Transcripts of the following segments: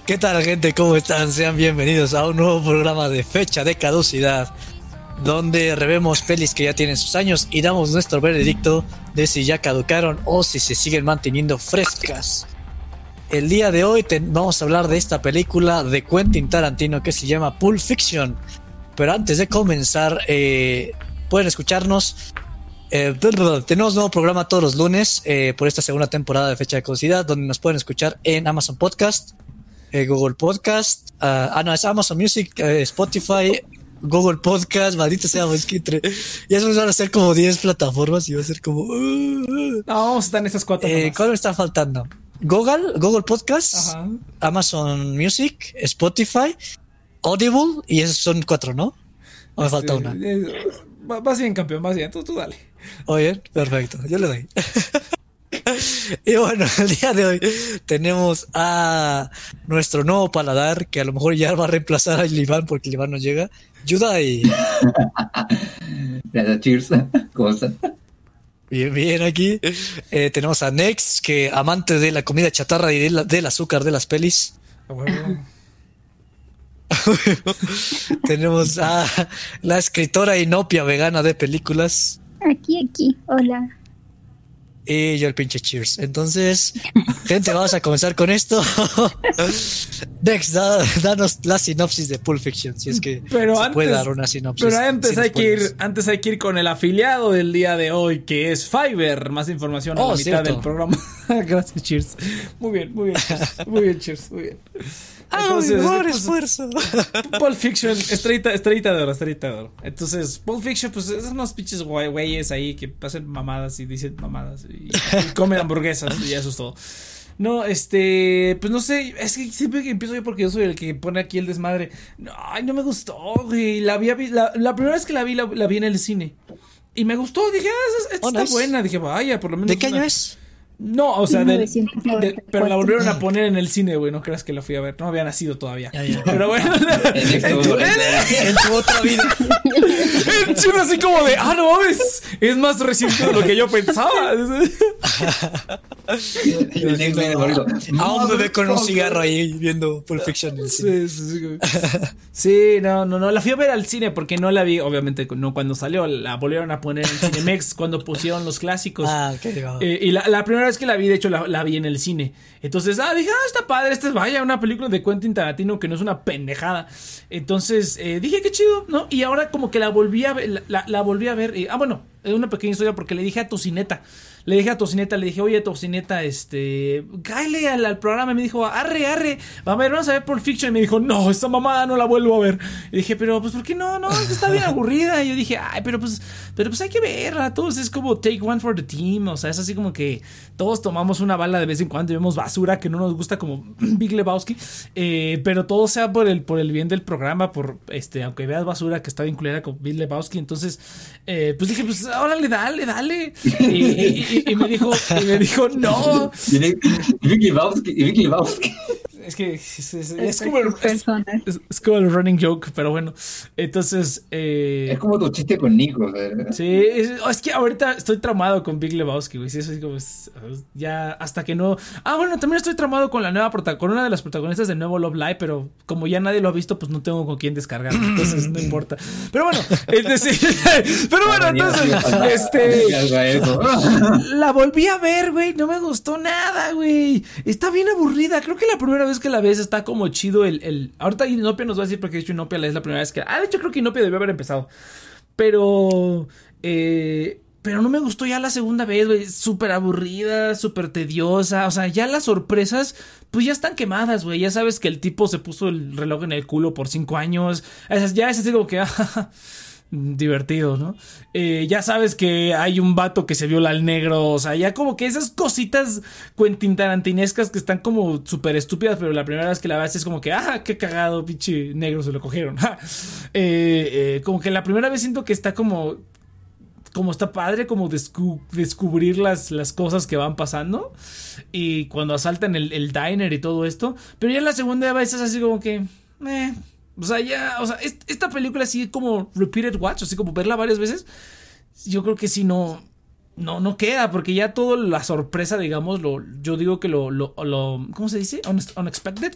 ¿Qué tal, gente? ¿Cómo están? Sean bienvenidos a un nuevo programa de Fecha de Caducidad, donde revemos pelis que ya tienen sus años y damos nuestro veredicto de si ya caducaron o si se siguen manteniendo frescas. El día de hoy vamos a hablar de esta película de Quentin Tarantino que se llama Pulp Fiction. Pero antes de comenzar, pueden escucharnos. Tenemos nuevo programa todos los lunes por esta segunda temporada de Fecha de Caducidad, donde nos pueden escuchar en Amazon Podcast, Google Podcast, es Amazon Music, Spotify, Google Podcast, maldita sea, es que ya se van a hacer como 10 plataformas y va a ser como... No, vamos a estar en esas 4 ¿cuál me está faltando? Google Podcast, ajá, Amazon Music, Spotify, Audible, y esos son 4, ¿no? ¿O me falta una? Vas bien, campeón, vas bien, tú dale. Oye, perfecto, yo le doy. Y bueno, el día de hoy tenemos a nuestro nuevo paladar, que a lo mejor ya va a reemplazar a Iván porque Iván no llega. Yudai. Cheers, ¿cómo están? Bien aquí. Tenemos a Nex, que amante de la comida chatarra y del azúcar de las pelis. Tenemos a la escritora Inopia vegana de películas. Aquí, hola. Y yo el pinche Cheers. Entonces, gente, vamos a comenzar con esto. Dex, danos la sinopsis de Pulp Fiction, si es que puede dar una sinopsis. Pero antes hay que ir con el afiliado del día de hoy, que es Fiverr. Más información a la mitad del programa. Gracias, Cheers. Muy bien, Cheers. Muy bien, Cheers. Muy bien. Entonces, mejor esfuerzo. Pulp Fiction, estrellita de oro. Entonces, Pulp Fiction, pues es unos pinches güeyes ahí que hacen mamadas y dicen mamadas y comen hamburguesas y eso es todo. No, pues no sé, es que siempre que empiezo yo porque yo soy el que pone aquí el desmadre. No me gustó, güey. La primera vez que la vi en el cine y me gustó, dije, esta está buena, dije, vaya, por lo menos. ¿De qué año es? No, o sea, pero la volvieron a poner en el cine, güey. No creas que la fui a ver. No había nacido todavía. Ya. Pero bueno. En tu otra vida. El chino así como de, no mames. Es más reciente de lo que yo pensaba. A un bebé con un cigarro ahí viendo Pulp Fiction en el cine. Sí, no. La fui a ver al cine porque no la vi, obviamente, no cuando salió. La volvieron a poner en Cinemex cuando pusieron los clásicos. Y la primera vez que la vi, de hecho, la vi en el cine. Entonces, dije, está padre, vaya, una película de Quentin Tarantino que no es una pendejada. Entonces, dije, qué chido, ¿no? Y ahora como que la volví a ver, la volví a ver. Bueno, es una pequeña historia porque le dije a Tocineta, oye, Tocineta, cáele al programa. Y me dijo, arre, vamos a ver Pulp Fiction. Y me dijo, no, esta mamada no la vuelvo a ver. Y dije, pero pues, ¿por qué no? No, está bien aburrida. Y yo dije, pero pues hay que verla. Todos es como take one for the team. O sea, es así como que todos tomamos una bala de vez en cuando y vemos basura que no nos gusta como Big Lebowski. Pero todo sea por el bien del programa, aunque veas basura que está vinculada con Big Lebowski. Entonces, pues dije, pues, órale, dale. Y me dijo, no. Vicky Lebowski. Es que es como el running joke, pero bueno. Entonces, es como tu chiste con Nico. Sí, es que ahorita estoy tramado con Big Lebowski, güey. Sí, eso es como ya hasta que no. Bueno, también estoy tramado con con una de las protagonistas de Nuevo Love Live, pero como ya nadie lo ha visto, pues no tengo con quién descargar. Entonces no importa. Pero bueno, entonces la volví a ver, güey. No me gustó nada, güey. Está bien aburrida. Creo que la primera vez que la ves está como chido ahorita Inopia nos va a decir porque de hecho Inopia es la primera vez que... de hecho creo que Inopia debió haber empezado. Pero no me gustó ya la segunda vez, güey. Súper aburrida, súper tediosa. O sea, ya las sorpresas, pues ya están quemadas, güey. Ya sabes que el tipo se puso el reloj en el culo por 5 años. Ya es así como que... divertido, ¿no? Ya sabes que hay un vato que se viola al negro. O sea, ya como que esas cositas Quentin Tarantinescas que están como súper estúpidas, pero la primera vez que la ves es como que qué cagado, pinche negro, se lo cogieron. Como que la primera vez siento que está como está padre como descubrir las cosas que van pasando y cuando asaltan el diner y todo esto. Pero ya en la segunda vez es así como que o sea, esta película así como repeated watch, así como verla varias veces, yo creo que sí no queda, porque ya toda la sorpresa, digamos, yo digo que ¿cómo se dice? Unexpected.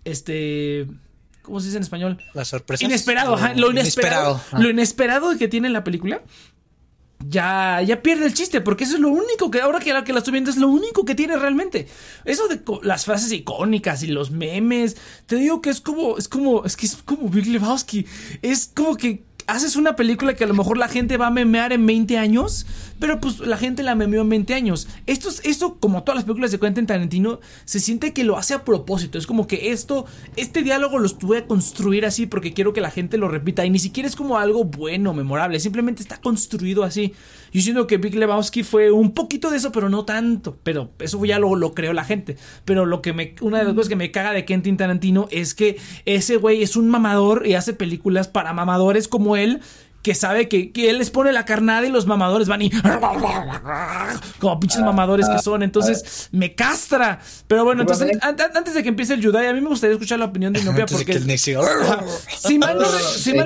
¿cómo se dice en español? La sorpresa. Inesperado, ajá, lo inesperado. Lo inesperado que tiene la película. Ya pierde el chiste, porque eso es lo único que, ahora que la estoy viendo, es lo único que tiene realmente. Eso de las frases icónicas y los memes, te digo que es como Big Lebowski. Es como que haces una película que a lo mejor la gente va a memear en 20 años, pero pues la gente la memeó en 20 años. Esto, como todas las películas de Quentin Tarantino, se siente que lo hace a propósito. Es como que este diálogo lo voy a construir así porque quiero que la gente lo repita. Y ni siquiera es como algo bueno, memorable. Simplemente está construido así. Yo siento que Big Lebowski fue un poquito de eso, pero no tanto. Pero eso ya lo creó la gente. Pero una de las cosas que me caga de Quentin Tarantino es que ese güey es un mamador y hace películas para mamadores como él, que sabe que él les pone la carnada y los mamadores van y como pinches mamadores que son. Entonces me castra. Pero bueno, entonces antes de que empiece el Yudai, a mí me gustaría escuchar la opinión de Inopia, porque el Nick siga. si mal no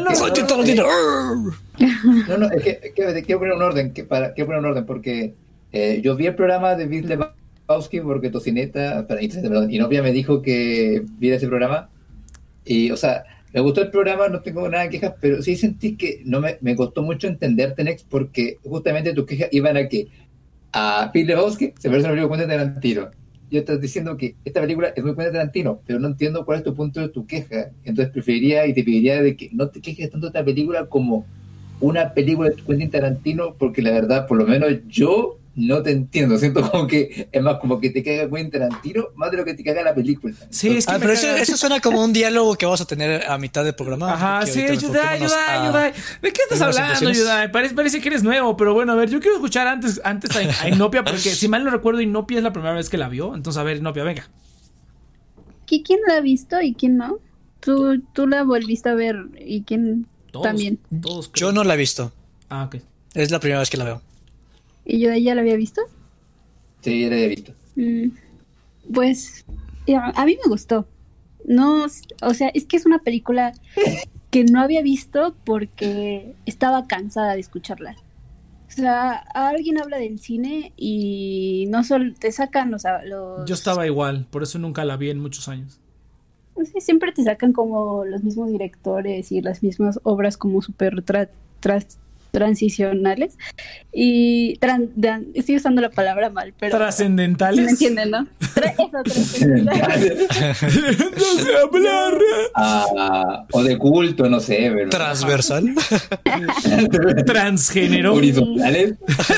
No, es que quiero poner un orden, porque yo vi el programa de Big Lebowski porque Tocineta, perdón, Inopia me dijo que viera ese programa y, o sea, me gustó el programa, no tengo nada de quejas, pero sí sentí que me costó mucho entenderte, Nex, porque justamente tus quejas iban a Big Lebowski se parece a una película de Quentin Tarantino. Yo estás diciendo que esta película es muy Quentin Tarantino, pero no entiendo cuál es tu punto de tu queja. Entonces preferiría y te pediría de que no te quejes tanto de esta película como una película de Quentin Tarantino, porque la verdad, por lo menos yo no te entiendo. Siento como que es más como que te caga Quentin Tarantino más de lo que te caga la película. Sí, es que pero eso suena como un diálogo que vamos a tener a mitad del programa. Ajá, sí, Yudai. ¿De qué estás hablando, Yudai? Parece que eres nuevo, pero bueno, a ver, yo quiero escuchar antes a Inopia, porque si mal no recuerdo, Inopia es la primera vez que la vio. Entonces, a ver, Inopia, venga. ¿Quién la ha visto y quién no? ¿Tú la volviste a ver y quién también? Todos yo no la he visto. Ah, ok. Es la primera vez que la veo. ¿Y yo ya la había visto? Sí, ya la he visto. Pues a mí me gustó. No, o sea, es que es una película que no había visto porque estaba cansada de escucharla. O sea, alguien habla del cine y no solo te sacan los... Yo estaba igual, por eso nunca la vi en muchos años. No sé, siempre te sacan como los mismos directores y las mismas obras como súper transicionales y estoy usando la palabra mal, pero trascendentales. ¿Sí me entienden, no? Trascendentales. No sé hablar. O de culto, no sé, ¿verdad? Transversal. Transgénero. Horizontales.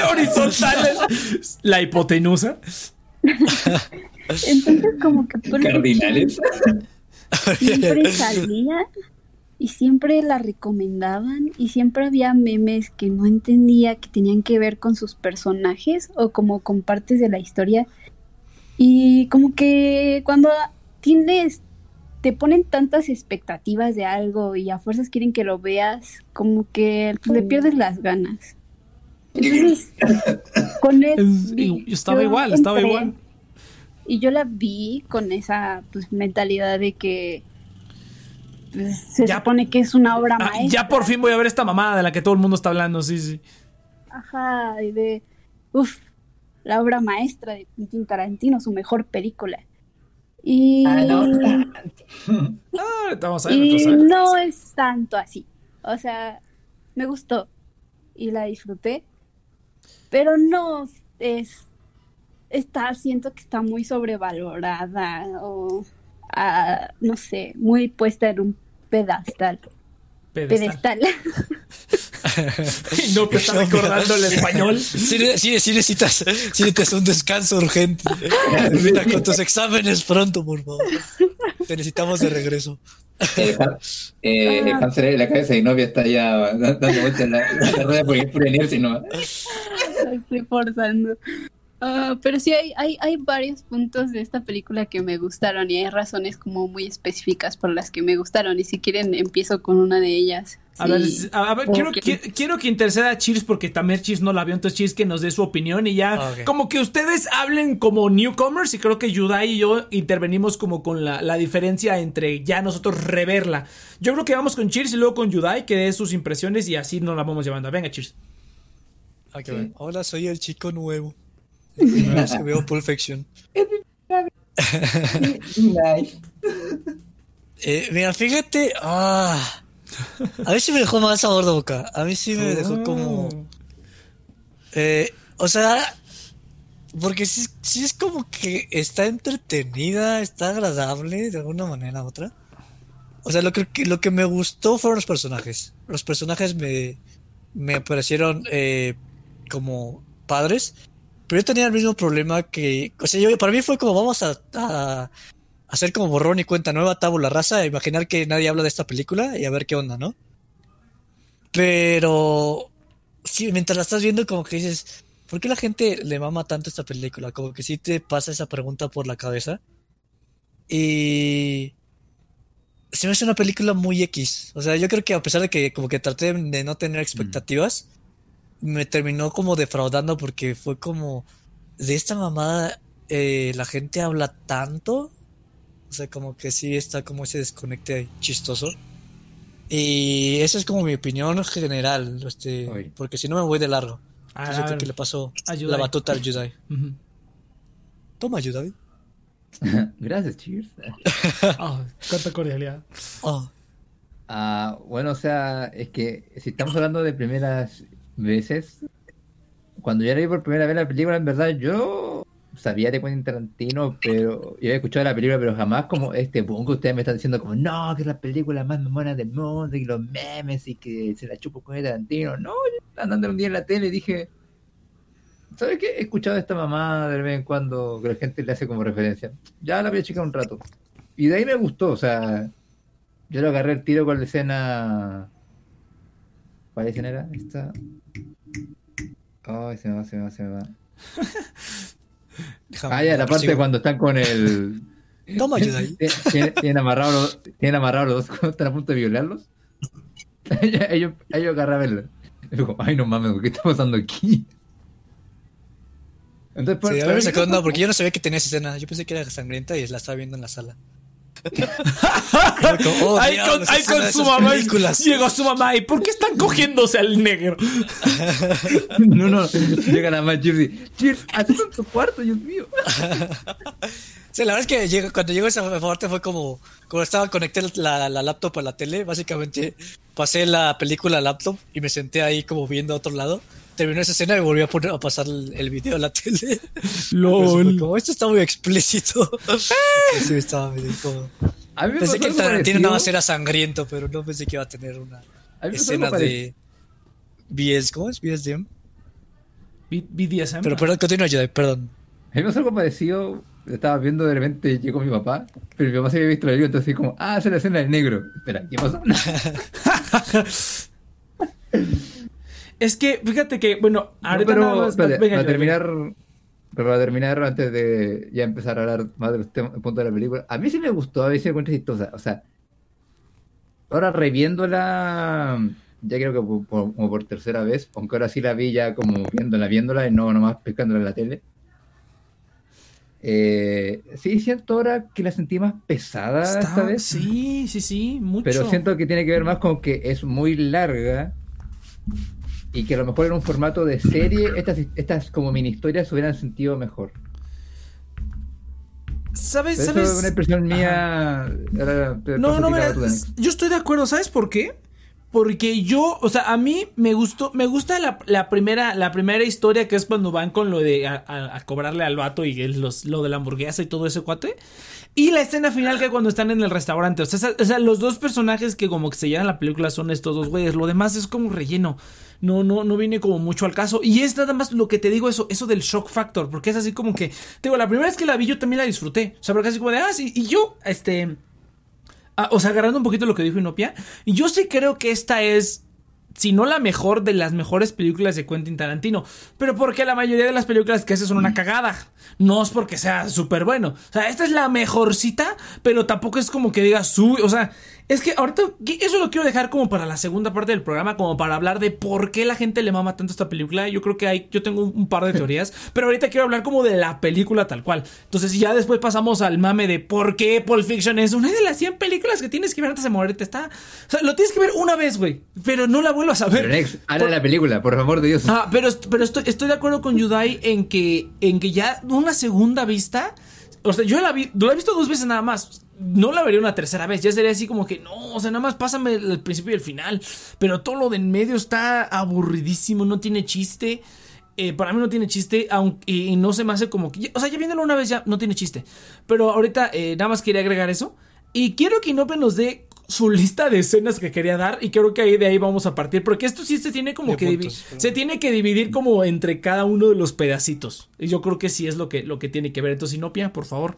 La hipotenusa. Entonces como que cardinales. Siempre salía y siempre la recomendaban y siempre había memes que no entendía que tenían que ver con sus personajes o como con partes de la historia. Y como que cuando te ponen tantas expectativas de algo y a fuerzas quieren que lo veas, como que le pierdes las ganas. Entonces, con estaba igual. Y yo la vi con esa mentalidad de que se supone que es una obra maestra. Ya por fin voy a ver esta mamada de la que todo el mundo está hablando, sí. Ajá, y de la obra maestra de Quentin Tarantino, su mejor película. Y vamos a y ver. no es tanto así. O sea, me gustó y la disfruté, pero no siento que está muy sobrevalorada o no sé, muy puesta en un pedestal. Y no, que está recordando el español. Sí necesitas un descanso urgente. Mira, con tus exámenes pronto, por favor. Te necesitamos de regreso. Hansel, la cabeza de Novia está ya dando vueltas en la rueda por inercia, ¿no? Estoy forzando. Pero sí hay varios puntos de esta película que me gustaron y hay razones como muy específicas por las que me gustaron, y si quieren empiezo con una de ellas. A ver, quiero que interceda a Cheers porque también Cheers no la vio, entonces Cheers que nos dé su opinión y ya como que ustedes hablen como newcomers, y creo que Yudai y yo intervenimos como con la diferencia entre ya nosotros reverla. Yo creo que vamos con Cheers y luego con Yudai que dé sus impresiones y así nos la vamos llevando. Venga, Cheers. Okay. Hola, soy el chico nuevo. Primera vez que veo Pulp Fiction. Nice. Mira, fíjate. A mí sí me dejó mal sabor de boca. A mí sí me dejó como. O sea, porque sí es como que está entretenida, está agradable de alguna manera u otra. O sea, lo que me gustó fueron los personajes. Los personajes me parecieron como padres. Pero yo tenía el mismo problema que... O sea, para mí fue como vamos a hacer como borrón y cuenta nueva, tabula rasa, a imaginar que nadie habla de esta película y a ver qué onda, ¿no? Pero... Sí, mientras la estás viendo como que dices... ¿Por qué la gente le mama tanto esta película? Como que sí te pasa esa pregunta por la cabeza. Y... Se me hace una película muy X. O sea, yo creo que a pesar de que como que traté de no tener expectativas, me terminó como defraudando porque fue como... De esta mamada la gente habla tanto. O sea, como que sí está como ese desconecte chistoso. Y esa es como mi opinión general. Porque si no me voy de largo. Siento que le pasó la batuta al Judai. Uh-huh. Toma, Judai. Gracias, Cheers. Cuánta cordialidad. Bueno, o sea, es que si estamos hablando de primeras veces, cuando yo la vi por primera vez la película, en verdad yo sabía de Quentin Tarantino, pero yo había escuchado la película, pero jamás como este boom que ustedes me están diciendo como, no, que es la película más memorable del mundo, y los memes, y que se la chupo con Quentin Tarantino. No, yo andando un día en la tele dije, ¿sabes qué? He escuchado a esta mamá de vez en cuando que la gente le hace como referencia. Ya la voy a checar un rato. Y de ahí me gustó, o sea, yo lo agarré el tiro con la escena. ¿Cuál escena era? Esta. Ay, se me va. Ya, la parte cuando están con el. Toma, ayuda ahí. Tienen amarrados los dos cuando están a punto de violarlos. ellos agarran a verlo. Y digo, ay, no mames, ¿qué está pasando aquí? Entonces, sí, a ver, me sacó onda porque yo no sabía que tenía esa escena. Yo pensé que era sangrienta y la estaba viendo en la sala. Ahí con su mamá. Llegó su mamá. ¿Y por qué están cogiéndose al negro? No. Llega nada más Cheers, así en tu cuarto, Dios mío. Sí, la verdad es que cuando llegó esa parte fue como estaba conecté la laptop a la tele. Básicamente pasé la película al laptop y me senté ahí como viendo a otro lado. Terminó esa escena y volví a pasar el video a la tele. LOL. Como esto está muy explícito. Sí, estaba medio incómodo. Pensé que el Tarantino nada más era sangriento, pero no pensé que iba a tener una escena de BS, ¿cómo es? BSDM. BDSM. Pero perdón, continúa, Jedi, perdón. A mí me pasó algo parecido. Estaba viendo de repente, llegó mi papá, pero mi papá se había visto la video, entonces así como, esa es la escena del negro. Espera, ¿qué pasó? Es que, fíjate que, bueno, ahorita pero, nada más, para terminar, antes de ya empezar a hablar más de los puntos de la película, a mí sí me gustó, a veces me encuentro chistosa, o sea, ahora reviéndola, ya creo que como por tercera vez, aunque ahora sí la vi ya como viéndola y no nomás pescándola en la tele. Sí, siento ahora que la sentí más pesada esta vez. Sí, mucho. Pero siento que tiene que ver más con que es muy larga y que a lo mejor en un formato de serie estas como mini historias se hubieran sentido mejor. ¿Sabes? Eso es una impresión mía. Yo estoy de acuerdo. ¿Sabes por qué? Porque o sea, a mí me gusta la primera historia, que es cuando van con lo de a cobrarle al vato y lo de la hamburguesa y todo ese cuate. Y la escena final, que cuando están en el restaurante. O sea, los dos personajes que como que se llevan la película son estos dos güeyes. Lo demás es como relleno. No viene como mucho al caso. Y es nada más lo que te digo, eso del shock factor. Porque es así como que, te digo, la primera vez que la vi yo también la disfruté. O sea, porque así como de, sí. Y yo, o sea, agarrando un poquito lo que dijo Inopia, yo sí creo que esta es, si no la mejor, de las mejores películas de Quentin Tarantino. Pero porque la mayoría de las películas que hace son una cagada. No es porque sea súper bueno. O sea, esta es la mejorcita, pero tampoco es como que diga o sea, es que ahorita eso lo quiero dejar como para la segunda parte del programa, como para hablar de por qué la gente le mama tanto esta película. Yo creo que yo tengo un par de teorías, pero ahorita quiero hablar como de la película tal cual. Entonces ya después pasamos al mame de por qué Pulp Fiction es una de las 100 películas que tienes que ver antes de morirte. O sea, lo tienes que ver una vez, güey, pero no la vuelvas a ver. Pero Nex, habla de la película, por favor de Dios. Pero estoy de acuerdo con Yudai en que ya una segunda vista. O sea, yo la he visto 2 veces nada más. no la vería una tercera vez. Ya sería así como que no, o sea, nada más pásame el principio y el final. Pero todo lo de en medio está aburridísimo, no tiene chiste. Para mí no tiene chiste, aunque y no se me hace como que, o sea, ya viéndolo una vez ya no tiene chiste. Pero ahorita nada más quería agregar eso. Y quiero que Inoue nos dé su lista de escenas que quería dar. Y creo que de ahí vamos a partir. Porque esto sí se tiene como que se tiene que dividir como entre cada uno de los pedacitos. Y yo creo que sí es lo que tiene que ver. Entonces, Inopia, por favor.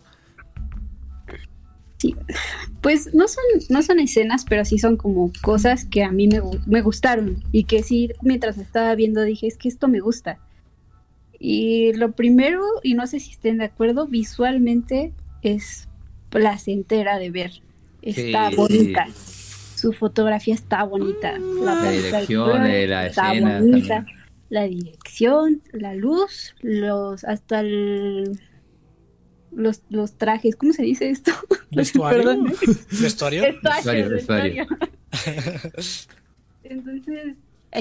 Sí, pues no son escenas, pero sí son como cosas que a mí me gustaron y que sí, mientras estaba viendo dije, es que esto me gusta. Y lo primero, y no sé si estén de acuerdo, visualmente es placentera de ver. Está bonita. Su fotografía está bonita. La dirección de la escena bonita. También. La dirección, la luz, hasta los trajes, ¿cómo se dice esto? ¿Vestuario? Perdón, ¿eh? ¿Vestuario? Vestuario. Entonces,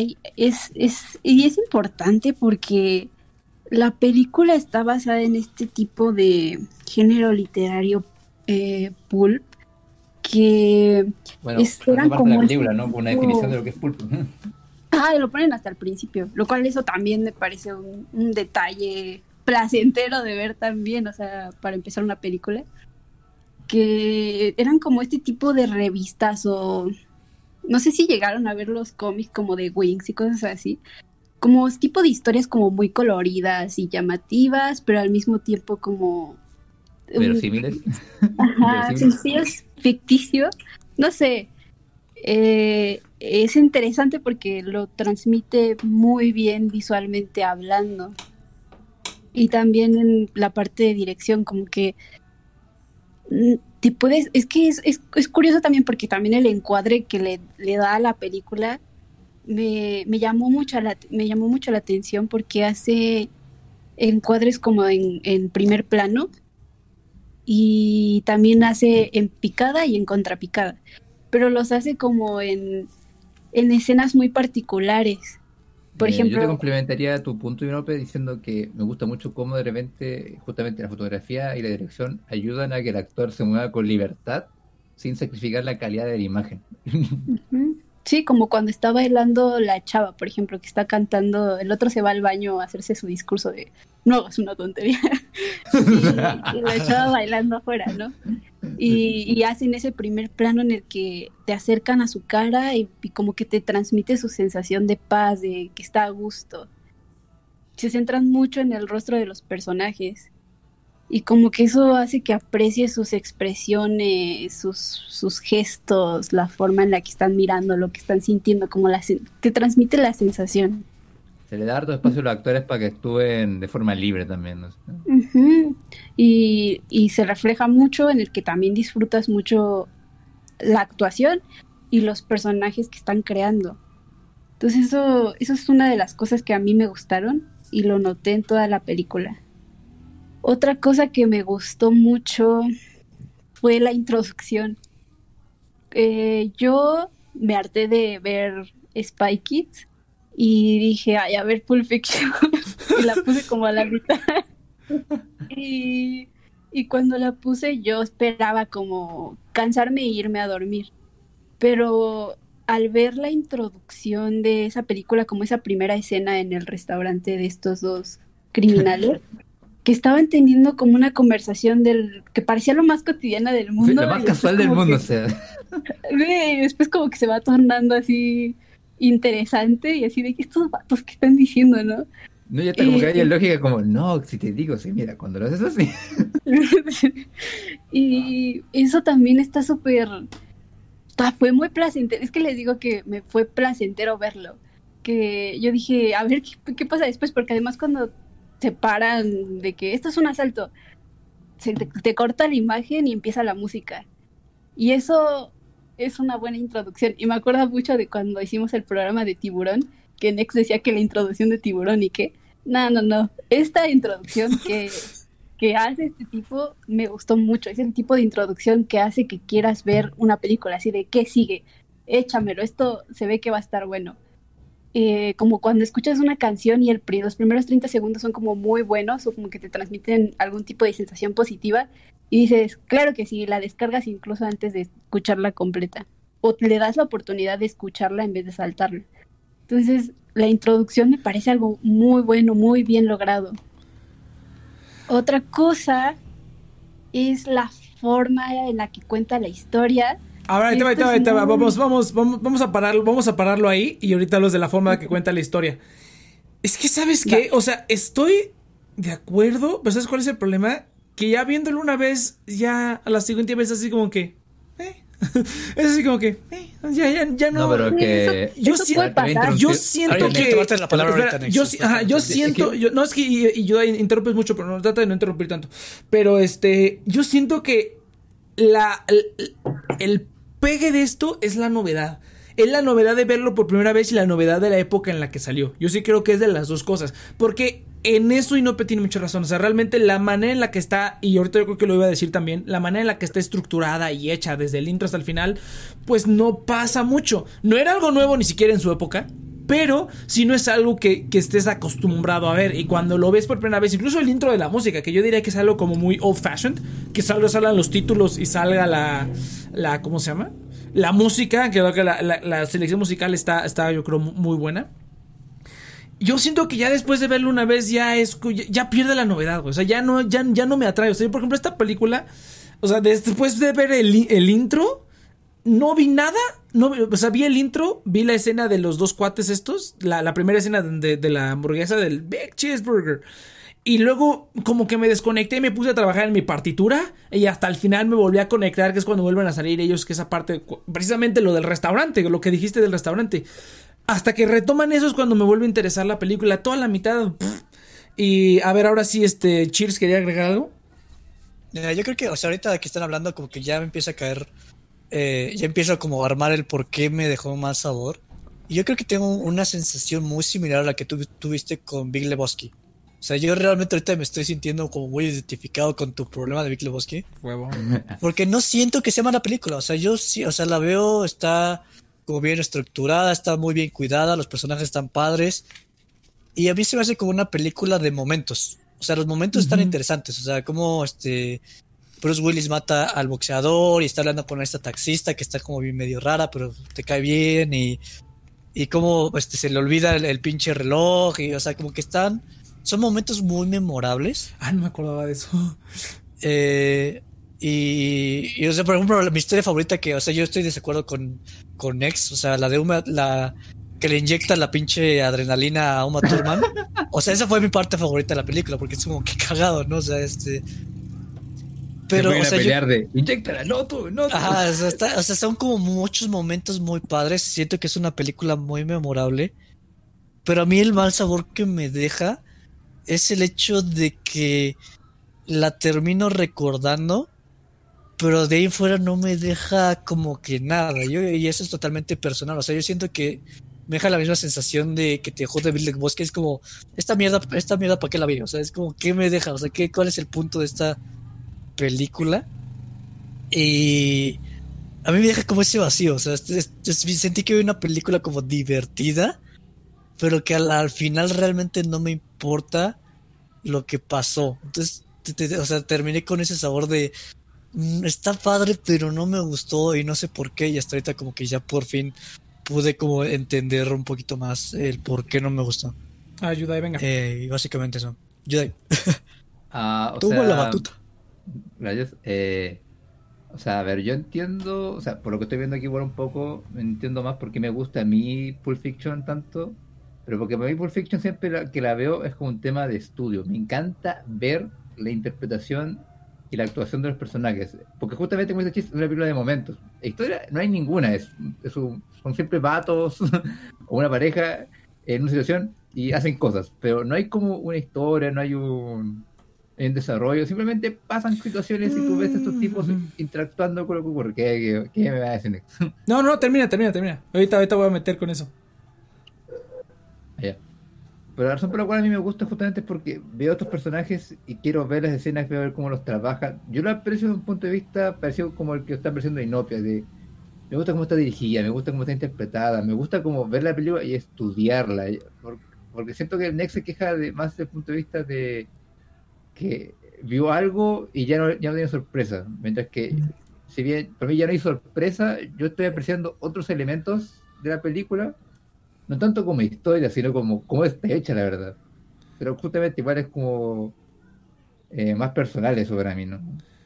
es importante porque la película está basada en este tipo de género literario pulp que Bueno, eran parte como de la película, ¿no? Una definición de lo que es pulp. lo ponen hasta el principio, lo cual eso también me parece un detalle placentero de ver también, o sea, para empezar una película, que eran como este tipo de revistas o no sé si llegaron a ver los cómics como de Wings y cosas así, como tipo de historias como muy coloridas y llamativas, pero al mismo tiempo como Verosímiles. Ajá, sencillos, ficticio, no sé, es interesante porque lo transmite muy bien visualmente hablando. Y también en la parte de dirección, como que te puedes, es que es curioso también porque también el encuadre que le da a la película me llamó mucho la atención porque hace encuadres como en primer plano y también hace en picada y en contrapicada, pero los hace como en escenas muy particulares. Por ejemplo, Yo te complementaría tu punto, Inope, diciendo que me gusta mucho cómo de repente justamente la fotografía y la dirección ayudan a que el actor se mueva con libertad sin sacrificar la calidad de la imagen. uh-huh. Sí, como cuando está bailando la chava, por ejemplo, que está cantando, el otro se va al baño a hacerse su discurso de no, es una tontería. y la chava bailando afuera, ¿no? Y hacen ese primer plano en el que te acercan a su cara y como que te transmite su sensación de paz, de que está a gusto. Se centran mucho en el rostro de los personajes y como que eso hace que aprecies sus expresiones, sus gestos, la forma en la que están mirando, lo que están sintiendo, como te transmite la sensación. Se le da harto espacio a los actores para que actúen de forma libre también, ¿no? Uh-huh. Y se refleja mucho en el que también disfrutas mucho la actuación y los personajes que están creando. Entonces eso es una de las cosas que a mí me gustaron y lo noté en toda la película. Otra cosa que me gustó mucho fue la introducción. Yo me harté de ver Spy Kids y dije, ay, a ver Pulp Fiction. Y la puse como a la mitad. Y cuando la puse yo esperaba como cansarme e irme a dormir. Pero al ver la introducción de esa película, como esa primera escena en el restaurante de estos dos criminales, que estaban teniendo como una conversación que parecía lo más cotidiana del mundo. Sí, lo más casual del mundo, o sea. Y después como que se va tornando así interesante y así de que estos vatos que están diciendo, ¿no? No, ya está como que hay en lógica como, no, si te digo, sí, mira, cuando lo haces así. Y eso también está súper... Fue muy placentero, es que les digo que me fue placentero verlo. Que yo dije, a ver, ¿qué pasa después? Porque además cuando se paran de que esto es un asalto, te corta la imagen y empieza la música. Y eso es una buena introducción. Y me acuerdo mucho de cuando hicimos el programa de Tiburón, que Nex decía que la introducción de Tiburón y que, no. Esta introducción que hace este tipo me gustó mucho. Es el tipo de introducción que hace que quieras ver una película, así de, ¿qué sigue? Échamelo, esto se ve que va a estar bueno. Como cuando escuchas una canción y los primeros 30 segundos son como muy buenos o como que te transmiten algún tipo de sensación positiva Y dices, claro que sí, la descargas incluso antes de escucharla completa. O le das la oportunidad de escucharla en vez de saltarla. Entonces, la introducción me parece algo muy bueno, muy bien logrado. Otra cosa es la forma en la que cuenta la historia. Ahora, ahí te va. Vamos a pararlo ahí y ahorita hablas de la forma en la que cuenta la historia. Es que, ¿sabes qué? O sea, estoy de acuerdo, pero ¿sabes cuál es el problema? Que ya viéndolo una vez, ya a la siguiente vez así como que... es así como que... ya no... No, pero que... Yo siento que... Yo siento... No, es que y yo interrumpes mucho, pero no trata de no interrumpir tanto. Pero yo siento que el pegue de esto es la novedad. Es la novedad de verlo por primera vez y la novedad de la época en la que salió. Yo sí creo que es de las dos cosas. Porque en eso Inopia tiene mucha razón. O sea, realmente la manera en la que está, y ahorita yo creo que lo iba a decir también, la manera en la que está estructurada y hecha desde el intro hasta el final, pues no pasa mucho. No era algo nuevo ni siquiera en su época, pero si no es algo que estés acostumbrado a ver. Y cuando lo ves por primera vez, incluso el intro de la música, que yo diría que es algo como muy old fashioned, que salgan los títulos y salga la ¿cómo se llama? La música, creo que la selección musical está yo creo muy buena. Yo siento que ya después de verlo una vez ya pierde la novedad, güey. O sea, ya no me atrae. O sea, yo, por ejemplo, esta película, o sea, después de ver el intro, no vi nada. O sea, vi el intro, vi la escena de los dos cuates estos, la primera escena de la hamburguesa del Big Cheeseburger. Y luego como que me desconecté y me puse a trabajar en mi partitura. Y hasta el final me volví a conectar, que es cuando vuelven a salir ellos, que esa parte, precisamente lo del restaurante, lo que dijiste del restaurante. Hasta que retoman eso es cuando me vuelve a interesar la película. Toda la mitad. Y a ver, ahora sí, Cheers, ¿quería agregar algo? Yo creo que, o sea, ahorita que están hablando como que ya me empieza a caer, ya empiezo como a armar el por qué me dejó más sabor. Y yo creo que tengo una sensación muy similar a la que tú tuviste con Big Lebowski. O sea, yo realmente ahorita me estoy sintiendo como muy identificado con tu problema de Big Lebowski. Huevo. Porque no siento que sea mala película. O sea, yo sí, o sea, la veo, está como bien estructurada, está muy bien cuidada, los personajes están padres. Y a mí se me hace como una película de momentos. O sea, los momentos están interesantes. O sea, como Bruce Willis mata al boxeador y está hablando con esta taxista que está como bien medio rara, pero te cae bien. Y cómo se le olvida el pinche reloj. Y, o sea, como que son momentos muy memorables. No me acordaba de eso. Y o sea, por ejemplo, mi historia favorita que, o sea, yo estoy de desacuerdo con X, o sea, la que le inyecta la pinche adrenalina a Uma Thurman. O sea, esa fue mi parte favorita de la película, porque es como que cagado, ¿no? O sea, pero, o sea, inyéctala, no tú. Ajá, o sea, son como muchos momentos muy padres. Siento que es una película muy memorable. Pero a mí el mal sabor que me deja es el hecho de que la termino recordando, pero de ahí fuera no me deja como que nada. Y eso es totalmente personal. O sea, yo siento que me deja la misma sensación de que te dejó de Bill Bosque. Es como, esta mierda, ¿para qué la vi? O sea, es como, ¿qué me deja? O sea, ¿cuál es el punto de esta película? Y a mí me deja como ese vacío. O sea, sentí que vi una película como divertida, pero que al final realmente no me importa lo que pasó. Entonces, o sea, terminé con ese sabor de está padre, pero no me gustó y no sé por qué. Y hasta ahorita como que ya por fin pude como entender un poquito más el por qué no me gustó. Yudai, venga. Y básicamente eso. Yudai. Tuvo la batuta. Gracias. O sea, a ver, yo entiendo, o sea, por lo que estoy viendo aquí igual un poco, entiendo más por qué me gusta a mí Pulp Fiction tanto, pero porque para mí Pulp Fiction siempre que la veo es como un tema de estudio. Me encanta ver la interpretación y la actuación de los personajes, porque justamente como dice Chis, es una película de momentos. La historia no hay ninguna, son siempre vatos o una pareja en una situación y hacen cosas, pero no hay como una historia, no hay un desarrollo, simplemente pasan situaciones y tú ves a estos tipos interactuando con lo que ocurre. ¿Qué me va a decir? No, termina. Ahorita voy a meter con eso. Allá. Pero la razón por la cual a mí me gusta justamente es porque veo a estos personajes y quiero ver las escenas, quiero ver cómo los trabajan. Yo lo aprecio desde un punto de vista parecido como el que está apreciando Inopia, me gusta cómo está dirigida, me gusta cómo está interpretada, me gusta como ver la película y estudiarla, porque siento que el Nex se queja más desde el punto de vista de que vio algo y ya no tiene sorpresa. Mientras que, si bien para mí ya no hay sorpresa, yo estoy apreciando otros elementos de la película, no tanto como historia, sino como cómo está hecha, la verdad. Pero justamente igual es como más personal eso para mí, ¿no?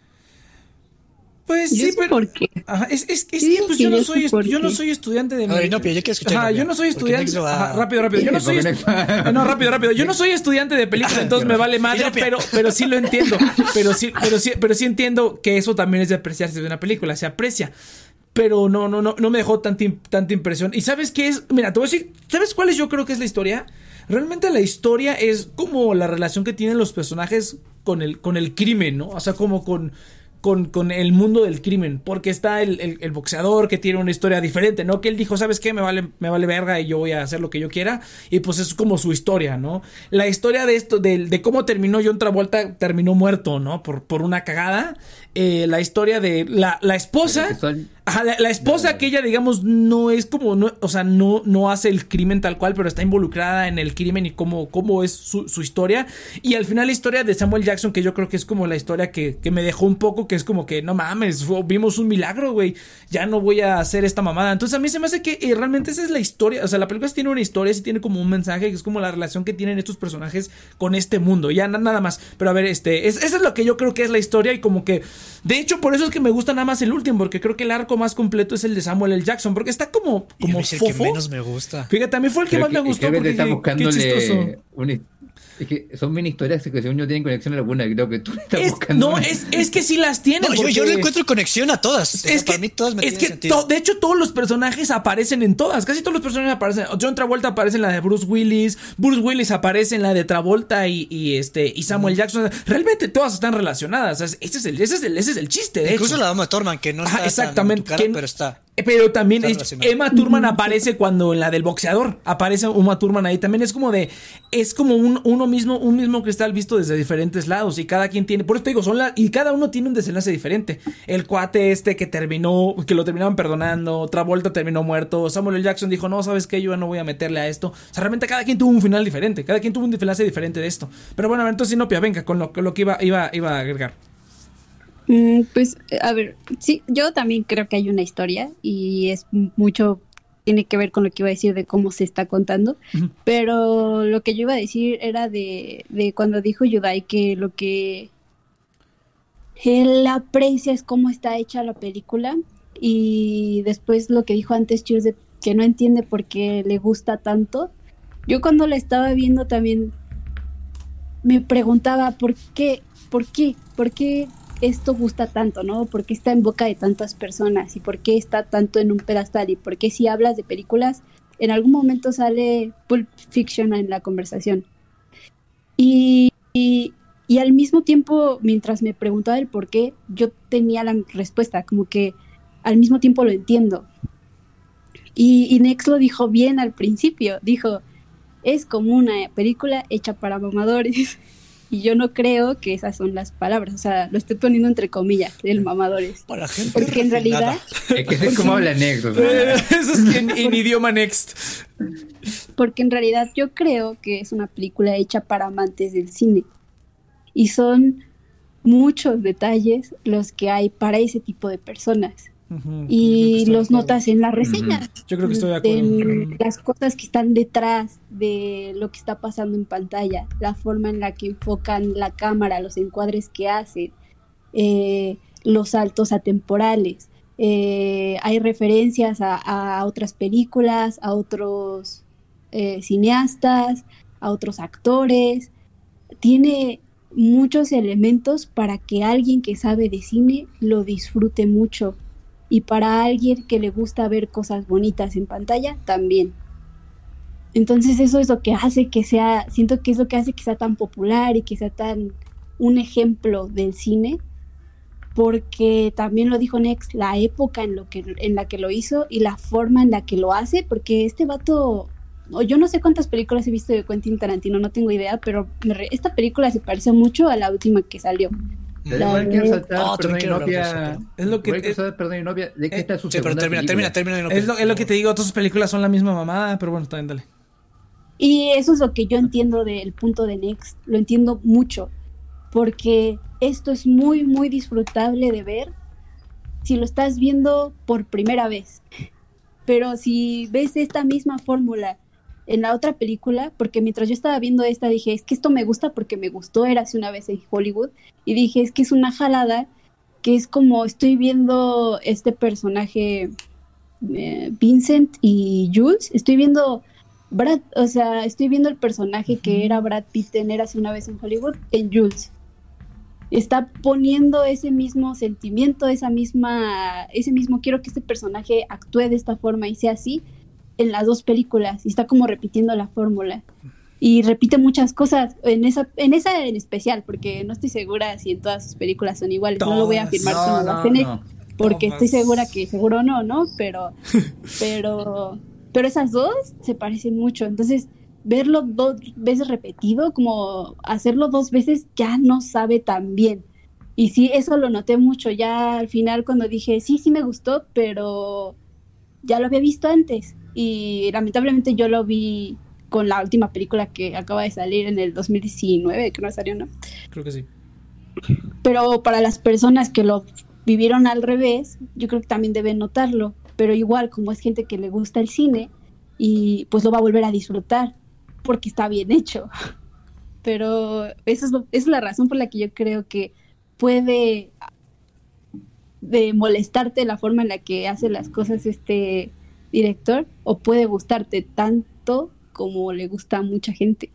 Pues Yo sí, sé pero. por qué. Ajá, es que digo pues que yo no yo soy sé por yo no qué. soy estudiante de A ver, Inopia, yo quiero escuchar. Ajá, Inopia, yo no soy porque estudiante. Nex va- Ajá, rápido. Yo no soy no, rápido. Yo no soy estudiante de película, entonces me vale madre, Inopia. pero sí lo entiendo. Pero sí entiendo que eso también es de apreciarse de una película, se aprecia. Pero no me dejó tanta impresión. ¿Y sabes qué es? Mira, te voy a decir, ¿sabes cuál es yo creo que es la historia? Realmente la historia es como la relación que tienen los personajes con el crimen, ¿no? O sea, como con el mundo del crimen, porque está el boxeador que tiene una historia diferente, ¿no? Que él dijo, ¿sabes qué? Me vale verga y yo voy a hacer lo que yo quiera, y pues es como su historia, ¿no? La historia de esto, de cómo terminó John Travolta, terminó muerto, ¿no? Por una cagada. La historia de la esposa. Ajá, la esposa que ella, digamos, no es como, o sea, no hace el crimen tal cual, pero está involucrada en el crimen y cómo es su historia. Y al final la historia de Samuel Jackson, que yo creo que es como la historia que me dejó un poco, que es como que, no mames, vimos un milagro, güey, ya no voy a hacer esta mamada. Entonces a mí se me hace que realmente esa es la historia, o sea, la película sí tiene una historia, sí tiene como un mensaje, que es como la relación que tienen estos personajes con este mundo, ya nada más. Pero a ver, eso es lo que yo creo que es la historia y como que, de hecho, por eso es que me gusta nada más el último, porque creo que el arco más completo es el de Samuel L. Jackson, porque está como Y a mí es el que fofo. menos me gusta. Fíjate, a mí fue el que más me gustó, Creo que porque está qué buscándole chistoso. es que son mini historias que según yo tienen conexión alguna. Creo que tú estás buscando. No, es que sí las tienen. No, porque yo no encuentro conexión a todas. O sea, Es para mí todas me es tienen que sentido. de hecho todos los personajes aparecen en todas. Casi todos los personajes aparecen. John Travolta aparece en la de Bruce Willis. Bruce Willis aparece en la de Travolta y Samuel Jackson. O sea, realmente todas están relacionadas. O sea, ese es el chiste, de Incluso hecho. la dama de Thorman, que no está exactamente. tan en tu cara, pero está. Pero también Está relacionado. Emma Thurman aparece cuando en la del boxeador aparece Uma Thurman ahí. También es como un mismo cristal visto desde diferentes lados y cada quien tiene, por eso te digo, y cada uno tiene un desenlace diferente. El cuate que lo terminaron perdonando, Travolta terminó muerto, Samuel L. Jackson dijo, no, ¿sabes qué? Yo ya no voy a meterle a esto. O sea, realmente cada quien tuvo un final diferente, cada quien tuvo un desenlace diferente de esto. Pero bueno, a ver, entonces Inopia, venga, con lo que iba a agregar. Pues, a ver, sí, yo también creo que hay una historia y es mucho, tiene que ver con lo que iba a decir de cómo se está contando, pero lo que yo iba a decir era de cuando dijo Yudai que lo que él aprecia es cómo está hecha la película, y después lo que dijo antes Cheers de que no entiende por qué le gusta tanto. Yo cuando la estaba viendo también me preguntaba por qué esto gusta tanto, ¿no? ¿Por qué está en boca de tantas personas? ¿Y por qué está tanto en un pedestal? ¿Y por qué si hablas de películas, en algún momento sale Pulp Fiction en la conversación? Y al mismo tiempo, mientras me preguntaba el por qué, yo tenía la respuesta, como que al mismo tiempo lo entiendo. Y Nex lo dijo bien al principio, dijo, es como una película hecha para mamadores. Y yo no creo que esas son las palabras, o sea, lo estoy poniendo entre comillas, el mamadores. Para gente porque en refinada. realidad, Es que es como habla Negro. Eso es en idioma next. porque en realidad yo creo que es una película hecha para amantes del cine. Y son muchos detalles los que hay para ese tipo de personas. Y los notas en las reseñas. Yo creo que estoy de acuerdo. En las cosas que están detrás de lo que está pasando en pantalla, la forma en la que enfocan la cámara, los encuadres que hacen, los saltos atemporales. Hay referencias a otras películas, a otros cineastas, a otros actores. Tiene muchos elementos para que alguien que sabe de cine lo disfrute mucho. Y para alguien que le gusta ver cosas bonitas en pantalla, también. Entonces eso es lo que hace que sea, siento que es lo que hace que sea tan popular y que sea tan un ejemplo del cine, porque también lo dijo Nex, la época en la que lo hizo y la forma en la que lo hace, porque este vato, yo no sé cuántas películas he visto de Quentin Tarantino, no tengo idea, pero esta película se parece mucho a la última que salió. Igual quiero saltar, también quiero hablar de eso, Inopia. Es lo que Igual quiero saber, perdón, Inopia, de que esta es su Sí, pero segunda termina. película. Es lo que te digo, todas sus películas son la misma mamada, pero bueno, también dale. Y eso es lo que yo entiendo del punto de Next, lo entiendo mucho, porque esto es muy, muy disfrutable de ver si lo estás viendo por primera vez. Pero si ves esta misma fórmula en la otra película, porque mientras yo estaba viendo esta dije, es que esto me gusta porque me gustó Érase una vez en Hollywood, y dije, es que es una jalada, que es como estoy viendo este personaje Vincent y Jules, estoy viendo Brad, o sea, estoy viendo el personaje que era Brad Pitt en Érase una vez en Hollywood en Jules. Está poniendo ese mismo sentimiento, ese mismo quiero que este personaje actúe de esta forma y sea así en las dos películas, y está como repitiendo la fórmula y repite muchas cosas en esa en especial, porque no estoy segura si en todas sus películas son iguales. No lo voy a afirmar como la CN, porque estoy segura que seguro no, pero esas dos se parecen mucho. Entonces verlo 2 veces repetido, como hacerlo 2 veces, ya no sabe tan bien. Y sí, eso lo noté mucho ya al final cuando dije, sí me gustó, pero ya lo había visto antes. Y lamentablemente yo lo vi con la última película que acaba de salir en el 2019, que no salió, ¿no? Creo que sí. Pero para las personas que lo vivieron al revés, yo creo que también deben notarlo. Pero igual, como es gente que le gusta el cine, y pues lo va a volver a disfrutar, porque está bien hecho. Pero esa es la razón por la que yo creo que puede de molestarte la forma en la que hace las cosas este director, o puede gustarte tanto como le gusta a mucha gente.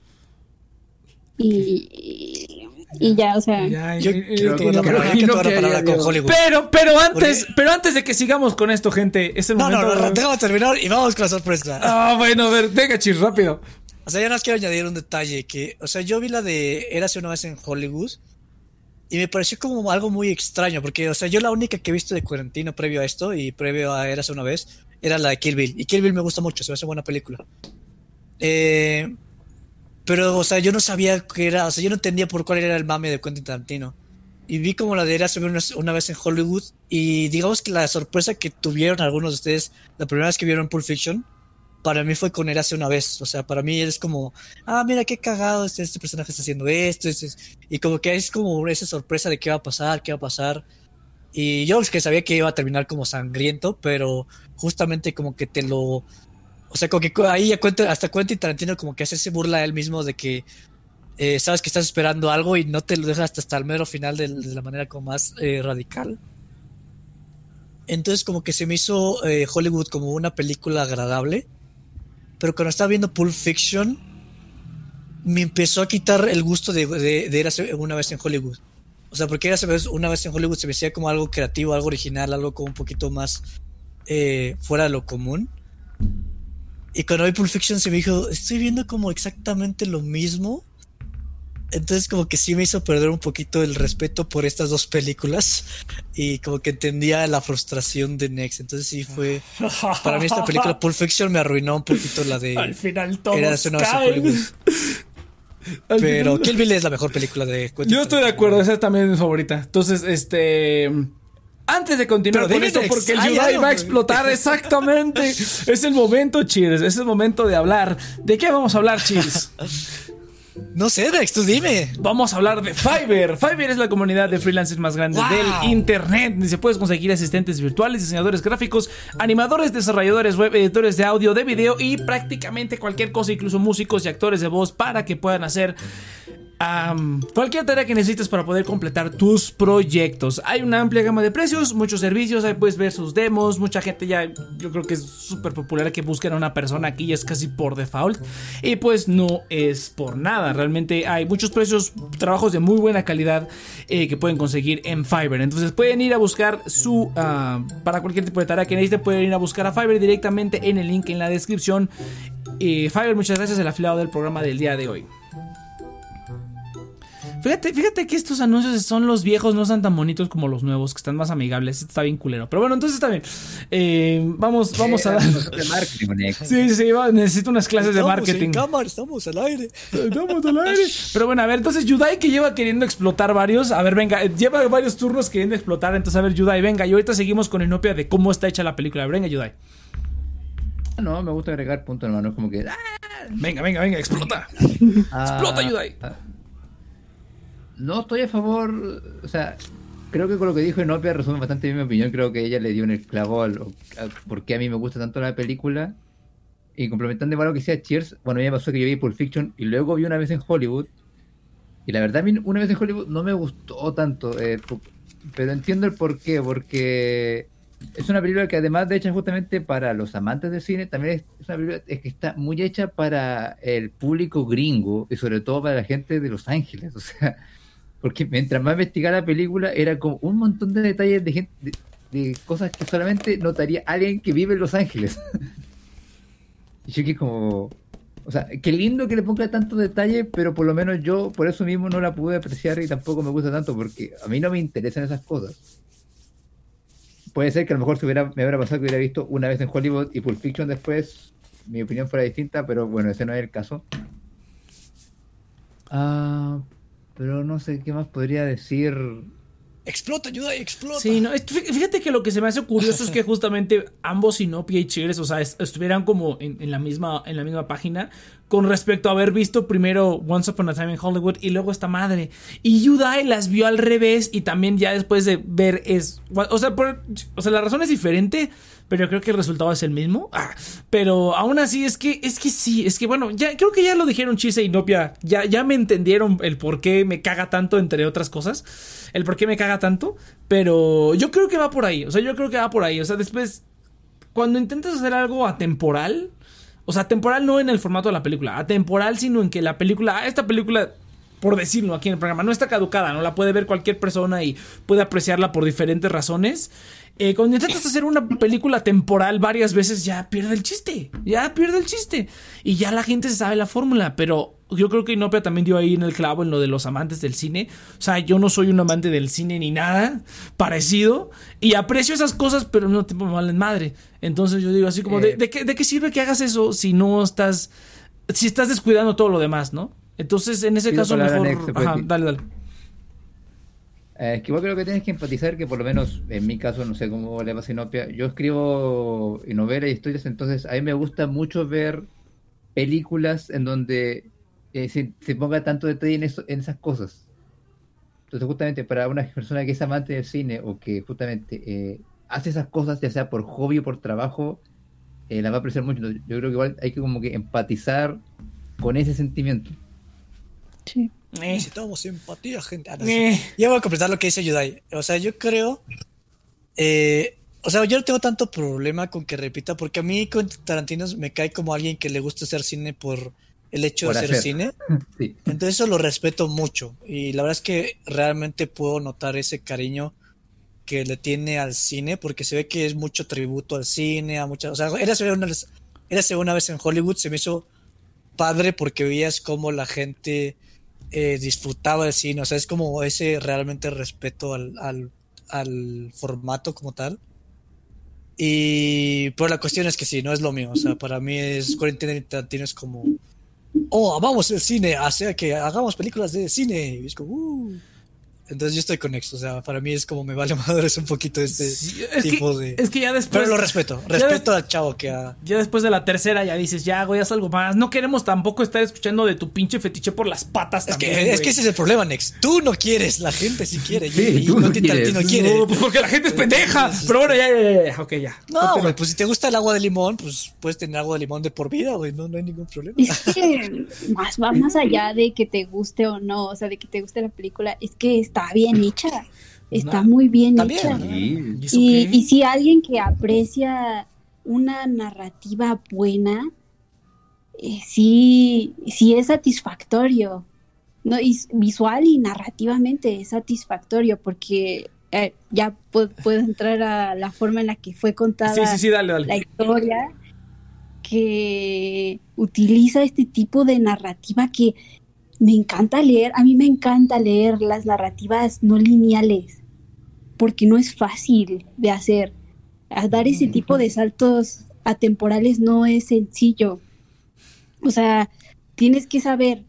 Y ya, o sea, yo creo que la palabra con Hollywood. Pero antes de que sigamos con esto, gente, es el momento. No, déjame terminar y vamos con la sorpresa. Bueno, a ver, venga, Chis, rápido. O sea, ya nos quiero añadir un detalle que, o sea, yo vi la de Érase una vez en Hollywood y me pareció como algo muy extraño, porque, o sea, yo la única que he visto de Quarantino previo a esto y previo a Érase una vez era la de Kill Bill, y Kill Bill me gusta mucho, se me hace buena película. Pero, o sea, yo no sabía qué era, o sea, yo no entendía por cuál era el mame de Quentin Tarantino. Y vi como la de Érase una vez en Hollywood, y digamos que la sorpresa que tuvieron algunos de ustedes la primera vez que vieron Pulp Fiction, para mí fue con Érase una vez. O sea, para mí es como, mira qué cagado este personaje está haciendo esto, y como que es como esa sorpresa de qué va a pasar. Y yo que sabía que iba a terminar como sangriento, pero justamente como que te lo... O sea, como que ahí hasta Quentin Tarantino como que se burla a él mismo de que sabes que estás esperando algo y no te lo dejas hasta el mero final de la manera como más radical. Entonces como que se me hizo Hollywood como una película agradable, pero cuando estaba viendo Pulp Fiction me empezó a quitar el gusto de Érase una vez en Hollywood. O sea, porque Érase una vez en Hollywood se me hacía como algo creativo, algo original, algo como un poquito más fuera de lo común. Y cuando vi Pulp Fiction se me dijo, estoy viendo como exactamente lo mismo. Entonces como que sí me hizo perder un poquito el respeto por estas dos películas, y como que entendía la frustración de Next. Entonces sí fue, para mí esta película Pulp Fiction me arruinó un poquito la de... Al final todos caen. Pero Kill Bill es la mejor película de Quentin. Yo estoy de acuerdo, esa también es mi favorita. Entonces, antes de continuar con esto, porque el Yudai va a explotar, exactamente. Es el momento, Cheers. Es el momento de hablar. ¿De qué vamos a hablar, Cheers? No sé, Dex, tú dime. Vamos a hablar de Fiverr. Fiverr es la comunidad de freelancers más grande del internet. Se puedes conseguir asistentes virtuales, diseñadores gráficos, animadores, desarrolladores web, editores de audio, de video y prácticamente cualquier cosa, incluso músicos y actores de voz, para que puedan hacer cualquier tarea que necesites para poder completar tus proyectos. Hay una amplia gama de precios, muchos servicios, ahí puedes ver sus demos. Mucha gente ya, yo creo que es súper popular que busquen a una persona aquí, ya es casi por default, y pues no es por nada. Realmente hay muchos precios, trabajos de muy buena calidad que pueden conseguir en Fiverr. Entonces pueden ir a buscar para cualquier tipo de tarea que necesiten, pueden ir a buscar a Fiverr directamente en el link en la descripción. Fiverr, muchas gracias, el afiliado del programa del día de hoy. Fíjate que estos anuncios son los viejos, no están tan bonitos como los nuevos, que están más amigables. Esto está bien culero. Pero bueno, entonces está bien. Vamos a dar. Sí, necesito unas clases de marketing. En cámara, estamos al aire. Pero bueno, a ver, entonces Yudai, que lleva queriendo explotar varios. A ver, venga, lleva varios turnos queriendo explotar. Entonces, a ver, Yudai, venga. Y ahorita seguimos con Inopia de cómo está hecha la película. Venga, Yudai. No, me gusta agregar puntos, hermano. Es como que. Venga, explota. Explota, Yudai. no estoy a favor, o sea, creo que con lo que dijo Inopia resume bastante bien mi opinión. Creo que ella le dio en el clavo por qué a mí me gusta tanto la película. Y complementando igual lo que decía Cheers, bueno, a mí me pasó que yo vi Pulp Fiction y luego vi Una vez en Hollywood. Y la verdad, a mí Una vez en Hollywood no me gustó tanto, pero entiendo el por qué, porque es una película que además de hecha justamente para los amantes del cine, también es una película que está muy hecha para el público gringo y sobre todo para la gente de Los Ángeles. O sea, porque mientras más investigaba la película, era como un montón de detalles de gente, de cosas que solamente notaría alguien que vive en Los Ángeles. Y yo que como... O sea, qué lindo que le ponga tantos detalles, pero por lo menos yo por eso mismo no la pude apreciar y tampoco me gusta tanto, porque a mí no me interesan esas cosas. Puede ser que a lo mejor me hubiera pasado que hubiera visto Una vez en Hollywood y Pulp Fiction después, mi opinión fuera distinta, pero bueno, ese no es el caso. Pero no sé qué más podría decir. Explota, ayuda, explota. Sí, no, fíjate que lo que se me hace curioso es que justamente ambos Inopia y Cheers, o sea, estuvieran como en la misma página con respecto a haber visto primero Once Upon a Time in Hollywood y luego esta madre. Y Yudai las vio al revés y también ya después de ver o sea, la razón es diferente, pero yo creo que el resultado es el mismo. Pero aún así es que bueno, ya creo que ya lo dijeron Chise y Inopia, ya me entendieron el por qué me caga tanto, entre otras cosas. El por qué me caga tanto, pero yo creo que va por ahí. O sea, después, cuando intentas hacer algo atemporal, o sea, atemporal no en el formato de la película, atemporal, sino en que la película, esta película, por decirlo aquí en el programa, no está caducada, no la puede ver cualquier persona y puede apreciarla por diferentes razones. Cuando intentas hacer una película temporal varias veces, ya pierde el chiste. Y ya la gente se sabe la fórmula, pero yo creo que Inopia también dio ahí en el clavo en lo de los amantes del cine. O sea, yo no soy un amante del cine ni nada parecido. Y aprecio esas cosas, pero al mismo tiempo me valen madre. Entonces yo digo así como, ¿de qué sirve que hagas eso si estás descuidando todo lo demás, ¿no? Entonces, en ese caso mejor... Ajá, dale. Es que igual creo que tienes que empatizar, que por lo menos en mi caso, no sé cómo le pasa a Inopia, yo escribo novelas y historias, entonces a mí me gusta mucho ver películas en donde se ponga tanto detalle en esas cosas. Entonces justamente para una persona que es amante del cine o que justamente hace esas cosas, ya sea por hobby o por trabajo, la va a apreciar mucho. Entonces, yo creo que igual hay que como que empatizar con ese sentimiento. Sí. Necesitamos empatía, gente. Ya voy a completar lo que dice Yudai. O sea, yo creo... o sea, yo no tengo tanto problema con que repita, porque a mí con Tarantino me cae como alguien que le gusta hacer cine por el hecho de hacer cine. Sí. Entonces eso lo respeto mucho. Y la verdad es que realmente puedo notar ese cariño que le tiene al cine, porque se ve que es mucho tributo al cine, a muchas... O sea, érase una vez en Hollywood, se me hizo padre porque veías cómo la gente... disfrutaba del cine, o sea, es como ese realmente respeto al formato como tal. Y pero la cuestión es que sí, no es lo mío, o sea, para mí Quentin Tarantino es como amamos el cine, hacia que hagamos películas de cine, y es como entonces yo estoy con esto, o sea, para mí es como me vale madres un poquito tipo de... Es que ya después... Pero lo respeto al chavo que ha... Ya después de la tercera ya dices, ya, güey, haz algo más. No queremos tampoco estar escuchando de tu pinche fetiche por las patas también, es que ese es el problema, Nex. Tú no quieres, la gente sí quiere. Sí, tú no quieres. No quiere. No, pues porque la gente es pendeja. Pero bueno, ya. Ok, ya. No, güey, pues si te gusta el agua de limón, pues puedes tener agua de limón de por vida, güey. No hay ningún problema. Es que va más allá de que te guste o no, o sea, de que te guste la película, es que está bien hecha. Está muy bien hecha. Y si alguien que aprecia una narrativa buena, sí es satisfactorio, ¿no? Y visual y narrativamente es satisfactorio porque ya puedo entrar a la forma en la que fue contada dale. la historia, que utiliza este tipo de narrativa que me encanta leer. A mí me encanta leer las narrativas no lineales porque no es fácil de hacer. Dar ese tipo de saltos atemporales no es sencillo. O sea, tienes que saber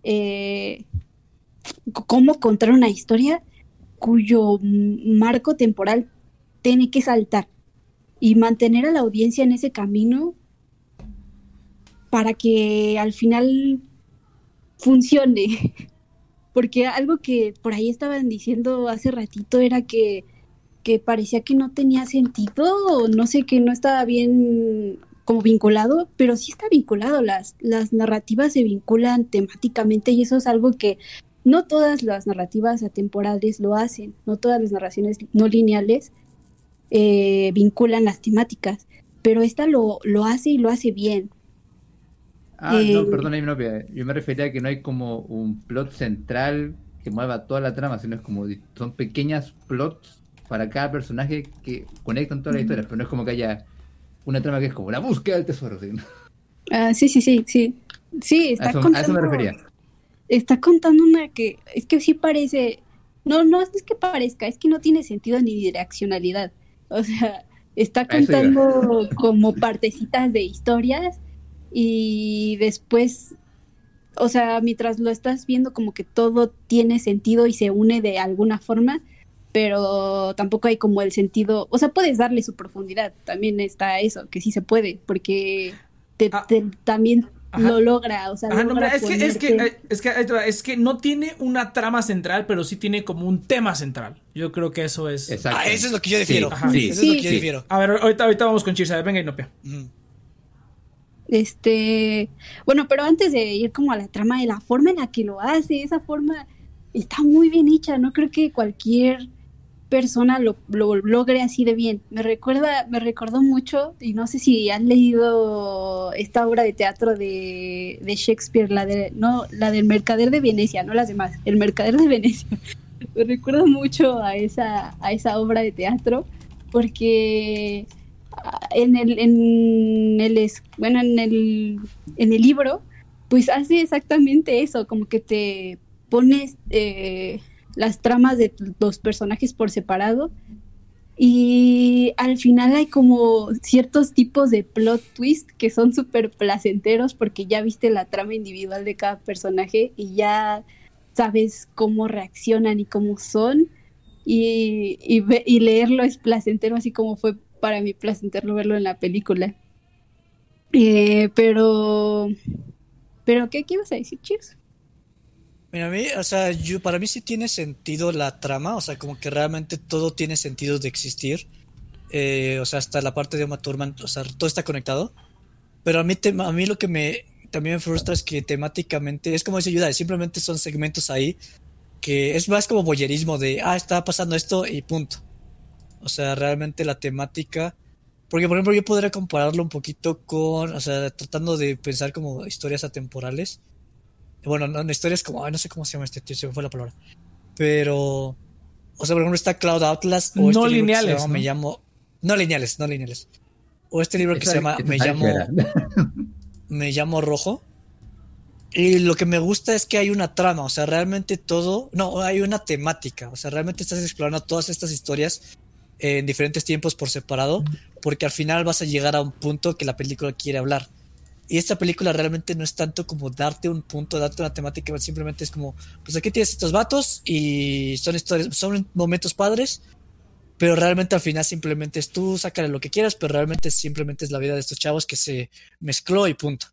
cómo contar una historia cuyo marco temporal tiene que saltar y mantener a la audiencia en ese camino para que al final funcione. porque algo que por ahí estaban diciendo hace ratito era que parecía que no tenía sentido, o no sé, que no estaba bien como vinculado, pero sí está vinculado, las narrativas se vinculan temáticamente y eso es algo que no todas las narrativas atemporales lo hacen, no todas las narraciones no lineales vinculan las temáticas, pero esta lo hace y lo hace bien. No, perdona, yo me refería a que no hay como un plot central que mueva toda la trama, sino es como son pequeñas plots para cada personaje que conectan todas las historias, pero no es como que haya una trama que es como la búsqueda del tesoro. ¿Sí? Sí, está contando, a eso me refería. Está contando una que es que sí parece, no es que parezca, es que no tiene sentido ni direccionalidad. O sea, está contando como partecitas de historias y después, o sea, mientras lo estás viendo como que todo tiene sentido y se une de alguna forma, pero tampoco hay como el sentido, o sea, puedes darle su profundidad, también está eso, que sí se puede, porque también lo logra, o sea, es que no tiene una trama central, pero sí tiene como un tema central. Yo creo que eso es. Eso es lo que yo difiero. Sí, eso es lo que yo difiero. A ver, ahorita vamos con Chirsa, venga, Inopia. Bueno, pero antes de ir como a la trama, de la forma en la que lo hace, esa forma está muy bien hecha, no creo que cualquier persona lo logre así de bien. Me recordó mucho, y no sé si han leído esta obra de teatro de Shakespeare, la del Mercader de Venecia, no las demás, el Mercader de Venecia. Me recuerda mucho a esa obra de teatro, porque en el libro, pues hace exactamente eso, como que te pones las tramas de los personajes por separado y al final hay como ciertos tipos de plot twist que son súper placenteros porque ya viste la trama individual de cada personaje y ya sabes cómo reaccionan y cómo son y leerlo es placentero, así como fue para mí placentero verlo en la película. Pero ¿qué ibas a decir, Chips? Mira, a mí, o sea, para mí sí tiene sentido la trama, o sea, como que realmente todo tiene sentido de existir. O sea, hasta la parte de Uma Thurman, o sea, todo está conectado. Pero a mí lo que también me frustra es que temáticamente, es como dice Yuda, simplemente son segmentos ahí, que es más como voyerismo de, está pasando esto y punto. O sea, realmente la temática, porque por ejemplo yo podría compararlo un poquito con, o sea, tratando de pensar como historias atemporales. Bueno, no historias como, no sé cómo se llama este tío, se me fue la palabra. Pero, o sea, por ejemplo está Cloud Atlas o no lineales, ¿no? No lineales. O este libro que se llama Me llamo Rojo. Y lo que me gusta es que hay una trama, o sea, realmente hay una temática, o sea, realmente estás explorando todas estas historias en diferentes tiempos por separado, porque al final vas a llegar a un punto que la película quiere hablar. Y esta película realmente no es tanto como darte un punto, darte una temática, simplemente es como, pues aquí tienes estos vatos y son historias, son momentos padres, pero realmente al final simplemente es tú, sácale lo que quieras, pero realmente simplemente es la vida de estos chavos que se mezcló y punto.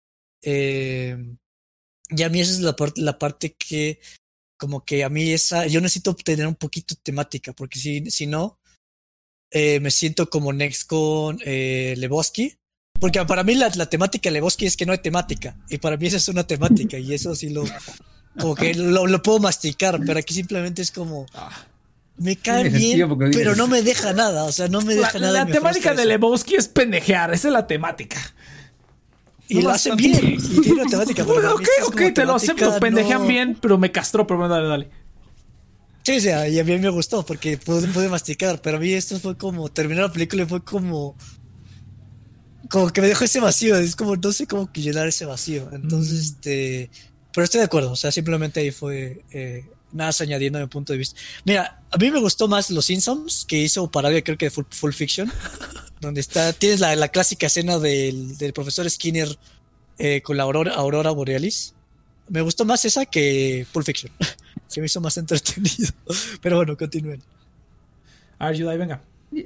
Y a mí esa es la parte que, como que a mí yo necesito tener un poquito de temática, porque si no, me siento como Next con Lebowski. Porque para mí la temática de Lebowski es que no hay temática. Y para mí esa es una temática. Y eso sí como que lo puedo masticar. Pero aquí simplemente es como, me cae bien, pero no me deja nada. O sea, no me deja nada. La temática de Lebowski es pendejear. Esa es la temática. Y lo hacen bien. Y tiene una temática. Ok, te lo acepto. Pendejean bien, pero me castró. Pero dale. Sí, o sea, y a mí me gustó porque pude masticar. Pero a mí esto fue como, terminar la película y fue como que me dejó ese vacío, es como no sé cómo que llenar ese vacío, entonces pero estoy de acuerdo, o sea, simplemente ahí fue nada añadiendo a mi punto de vista. Mira, a mí me gustó más Los Simpsons, que hizo parodia creo que de Full Fiction, donde tienes la clásica escena del profesor Skinner con la aurora borealis. Me gustó más esa que Pulp Fiction. Se me hizo más entretenido, pero bueno, continúen. A ver, Yudai, venga.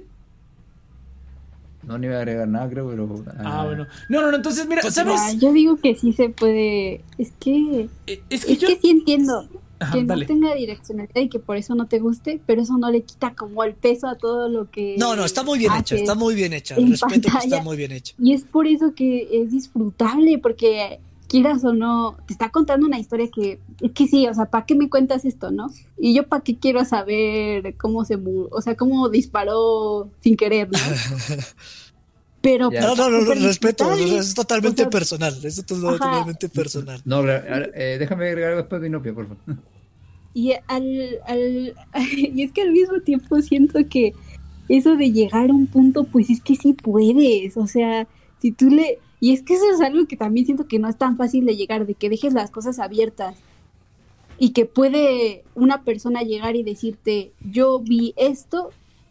No, ni voy a agregar nada, creo, pero... bueno. No, entonces, mira, ¿sabes? Yo digo que sí se puede... Es que sí entiendo. Ajá, que no dale. tenga direccionalidad y que por eso no te guste, pero eso no le quita como el peso a todo lo que No, está muy bien hecha, haces está muy bien hecha. en Respeto que está pantalla. muy bien hecha. Y es por eso que es disfrutable, porque quieras o no, te está contando una historia que, es que sí, o sea, ¿para qué me cuentas esto, no? Y yo ¿para qué quiero saber cómo disparó sin querer, ¿no? Pero Ya. No, respeto, disfrutable. es totalmente O sea, personal, es totalmente personal. No, déjame agregar algo después de Inopia, por favor. Y y es que al mismo tiempo siento que eso de llegar a un punto, pues es que sí puedes, o sea, si tú le... Y es que eso es algo que también siento que no es tan fácil de llegar, de que dejes las cosas abiertas y que puede una persona llegar y decirte, yo vi esto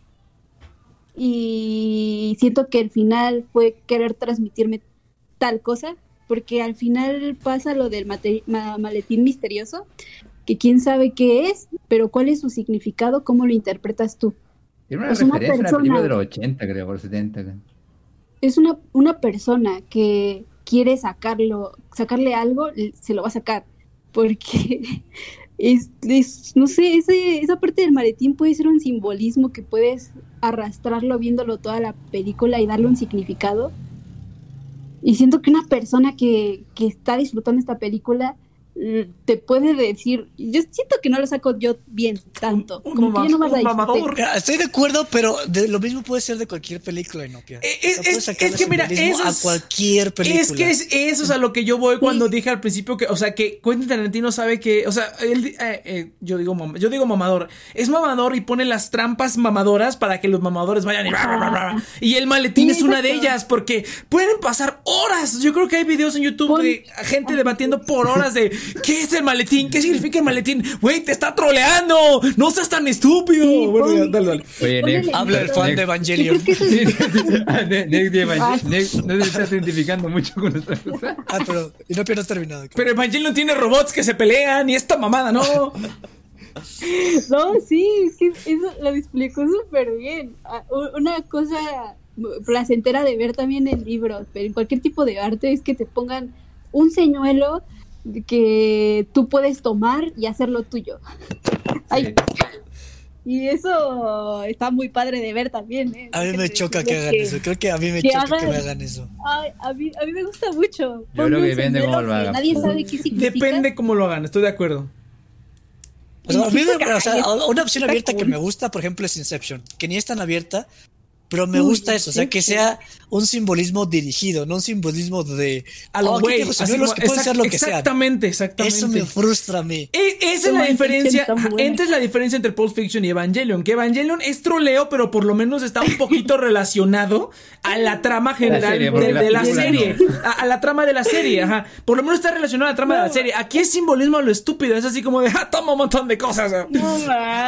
y siento que el final fue querer transmitirme tal cosa, porque al final pasa lo del maletín misterioso, que quién sabe qué es, pero cuál es su significado, cómo lo interpretas tú. Tiene una Es una referencia a una persona. película de los 80, creo, por 70. Creo. Es una persona que quiere sacarle algo, se lo va a sacar, porque no sé, esa parte del maletín puede ser un simbolismo que puedes arrastrarlo viéndolo toda la película y darle un significado. Y siento que una persona que está disfrutando esta película te puede decir, yo siento que no lo saco yo bien tanto, como que yo no vas a mamador. Estoy de acuerdo, pero lo mismo puede ser de cualquier película, Inopia. Es que mira, eso a cualquier película. Es que eso es a lo que yo voy cuando dije al principio que, o sea, que Quentin Tarantino sabe que, o sea, yo digo mamador, es mamador y pone las trampas mamadoras para que los mamadores vayan y el maletín es una de ellas, porque pueden pasar horas. Yo creo que hay videos en YouTube de gente debatiendo por horas de ¿qué es el maletín? ¿Qué significa el maletín? Güey, te está troleando. No seas tan estúpido. Sí, bueno, ya, dale. Oye, Next, Habla el fan de Evangelion. Next, no se está identificando mucho con esta cosa. Pero Inopia no has terminado. Pero Evangelion tiene robots que se pelean y esta mamada, ¿no? No, sí, es que eso lo explicó súper bien. Una cosa placentera de ver también en libros, pero en cualquier tipo de arte, es que te pongan un señuelo que tú puedes tomar y hacerlo tuyo. Ay. Y eso está muy padre de ver también, ¿eh? A mí me choca que hagan eso. Creo que a mí me choca que me hagan eso. Ay, a mí me gusta mucho. Yo creo que depende cómo lo hagan. Nadie sabe qué significa. Depende cómo lo hagan, estoy de acuerdo. O sea, una opción abierta que me gusta, por ejemplo, es Inception, que ni es tan abierta, pero me gusta eso, o sea, que sea un simbolismo dirigido, no un simbolismo de a los güey, que puede ser lo que sea. Exactamente. Eso me frustra a mí. Esa es la diferencia. Esta es la diferencia entre Pulp Fiction y Evangelion. Que Evangelion es troleo, pero por lo menos está un poquito relacionado a la trama general de la serie. A la trama de la serie, ajá. Por lo menos está relacionado a la trama de la serie. Aquí es simbolismo a lo estúpido. Es así como de, toma un montón de cosas. No,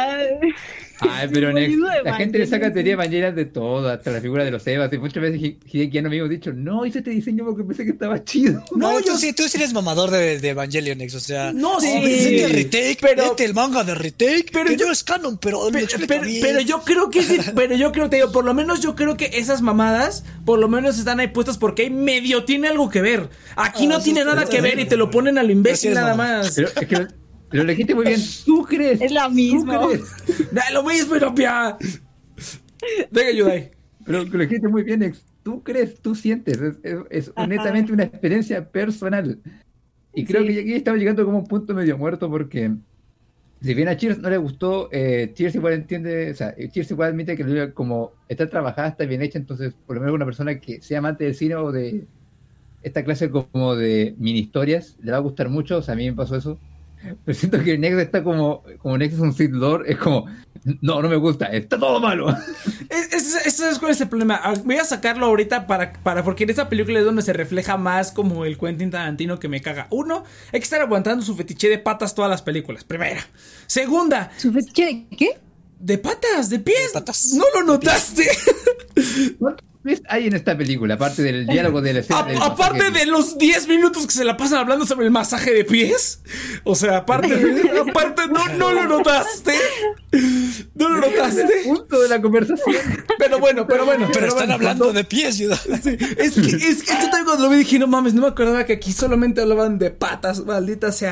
ay, pero Next, la gente le saca teoría Evangelion de todo, hasta la figura de los Evas. Y muchas veces Hideki no me hemos dicho, no, hice este diseño porque pensé que estaba chido. No, tú sí eres mamador de Evangelion, Next, o sea, no, sí, el retake, pero el manga de retake, pero no es canon, pero yo creo que te digo, por lo menos yo creo que esas mamadas, por lo menos están ahí puestas porque ahí medio tiene algo que ver. Aquí no tiene nada que ver y te lo ponen a lo imbécil nada más. Pero le dijiste muy bien, ¿tú crees? Es la misma. Da lo mismo, Inopia. Venga, Yudai. Pero le dijiste muy bien, tú crees, tú sientes, es honestamente una experiencia personal. Y creo que aquí estamos llegando como un punto medio muerto porque si bien a Cheers no le gustó, Cheers igual entiende, o sea, Cheers igual admite que como está trabajada, está bien hecha, entonces por lo menos una persona que sea amante del cine o de esta clase como de mini historias, le va a gustar mucho, o sea, a mí me pasó eso. Pero siento que el Next está como Next es un Sith Lord, es como, no me gusta, está todo malo. ¿Sabes cuál es el problema? Voy a sacarlo ahorita para porque en esta película es donde se refleja más como el Quentin Tarantino que me caga. Uno, hay que estar aguantando su fetiche de patas todas las películas. Primera. Segunda. ¿Su fetiche de qué? De patas, de pies. De patas. ¿No lo notaste? ¿qué hay en esta película? Aparte del diálogo de la escena del Aparte masaje. de los 10 minutos que se la pasan hablando sobre el masaje de pies. O sea, aparte, no lo notaste. No lo notaste. Punto de la conversación. Pero bueno. Pero están hablando de pies, Yuda. Sí, es que yo también cuando lo vi dije, no mames, no me acordaba que aquí solamente hablaban de patas, maldita sea.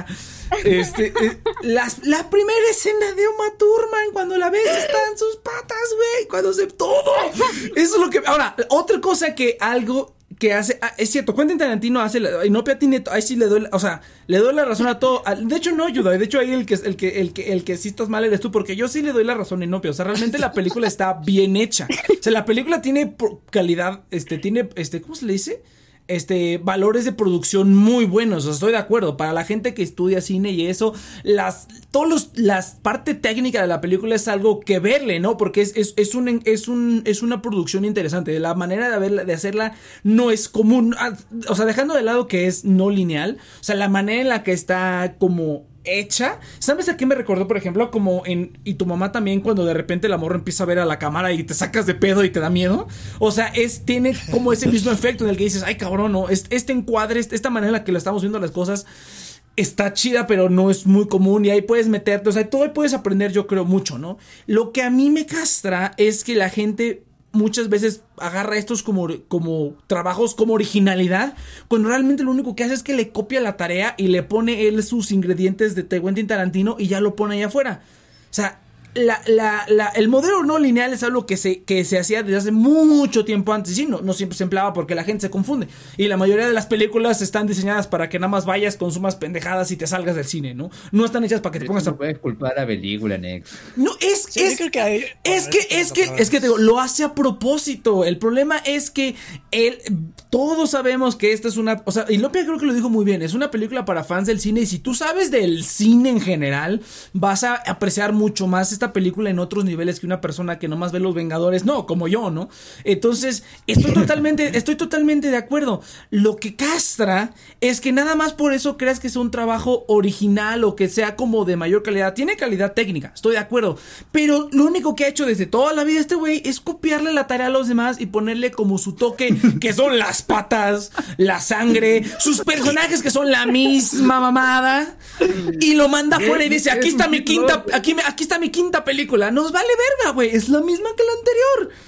La primera escena de Uma Thurman, cuando la ves, están sus patas, güey, cuando se todo. Eso es lo que. Ahora, otra cosa que algo que hace, es cierto, Quentin Tarantino hace, Inopia tiene, ahí sí le doy, o sea, le doy la razón a todo. De hecho no ayuda, de hecho ahí el que sí estás mal eres tú, porque yo sí le doy la razón a Inopia. O sea, realmente la película está bien hecha. O sea, la película tiene calidad, tiene, ¿cómo se le dice? Valores de producción muy buenos. O sea, estoy de acuerdo. Para la gente que estudia cine y eso, las parte técnica de la película es algo que verle, ¿no? Porque es una producción interesante. La manera de hacerla no es común. O sea, dejando de lado que es no lineal. O sea, la manera en la que está como hecha. ¿Sabes a qué me recordó, por ejemplo? Como en Y tu mamá también, cuando de repente la morra empieza a ver a la cámara y te sacas de pedo y te da miedo. O sea, tiene como ese mismo efecto en el que dices, ay cabrón, no, este encuadre, esta manera en la que lo estamos viendo las cosas está chida, pero no es muy común. Y ahí puedes meterte, o sea, todo ahí puedes aprender, yo creo, mucho, ¿no? Lo que a mí me castra es que la gente muchas veces agarra estos como trabajos como originalidad, cuando realmente lo único que hace es que le copia la tarea y le pone él sus ingredientes de Quentin Tarantino y ya lo pone allá afuera. O sea, el modelo no lineal es algo que se hacía desde hace mucho tiempo antes. Sí, no siempre se empleaba porque la gente se confunde. Y la mayoría de las películas están diseñadas para que nada más vayas, consumas pendejadas y te salgas del cine, ¿no? No están hechas para que te pongas No puedes culpar a la película, Nex. No, es que te digo, lo hace a propósito. El problema es que todos sabemos que esta es una, o sea, y Lopia creo que lo dijo muy bien, es una película para fans del cine, y si tú sabes del cine en general, vas a apreciar mucho más esta película en otros niveles que una persona que nomás ve Los Vengadores, no, como yo, ¿no? Entonces, estoy totalmente de acuerdo. Lo que castra es que nada más por eso creas que sea un trabajo original o que sea como de mayor calidad. Tiene calidad técnica, estoy de acuerdo, pero lo único que ha hecho desde toda la vida este güey es copiarle la tarea a los demás y ponerle como su toque, que son las patas, la sangre, sus personajes que son la misma mamada, y lo manda afuera y dice, aquí está mi quinta película. Nos vale verga, güey, es la misma que la anterior.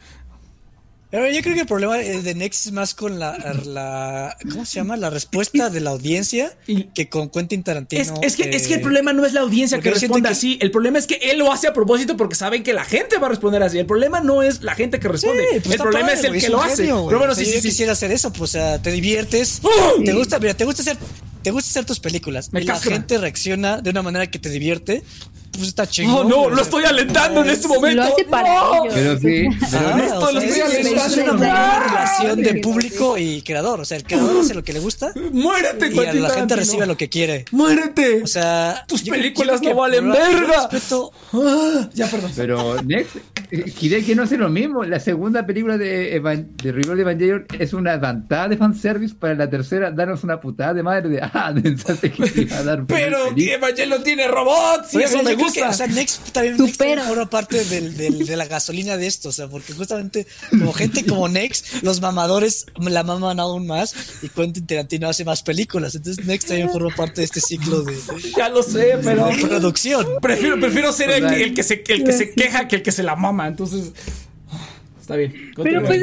Pero yo creo que el problema de Next es más con la ¿cómo se llama? La respuesta de la audiencia que con Quentin Tarantino. Es que el problema no es la audiencia que responde así. El problema es que él lo hace a propósito porque saben que la gente va a responder así. El problema no es la gente que responde. Sí, pues el problema es el que lo hace. Pero bueno, o sea, yo quisiera hacer eso, pues, o sea, te diviertes. Te gusta hacer tus películas. Y la gente reacciona de una manera que te divierte. Pues está chingón. No, lo estoy alentando en este momento. Lo hace para ellos. Pero sí. Esto lo estoy alentando. Es una relación de público y creador. O sea, el creador hace lo que le gusta. Muérete, y la gente recibe lo que quiere. Muérete. O sea, tus películas no valen verga. Ya, perdón. Pero Next, Hideki no hace lo mismo. La segunda película de Revival de Evangelion es una levantada de fanservice. Para la tercera, darnos una putada de madre de pensaste que te iba a dar. Pero Evangelion tiene robots y eso me gusta. O sea, Next también forma parte de la gasolina de esto. O sea, porque justamente como gente como Next, los mamadores la maman aún más y Quentin Tarantino hace más películas. Entonces Next también forma parte de este ciclo de ya lo sé, pero de producción. Prefiero ser el que se queja que el que se la mama. Entonces está bien. Pero pues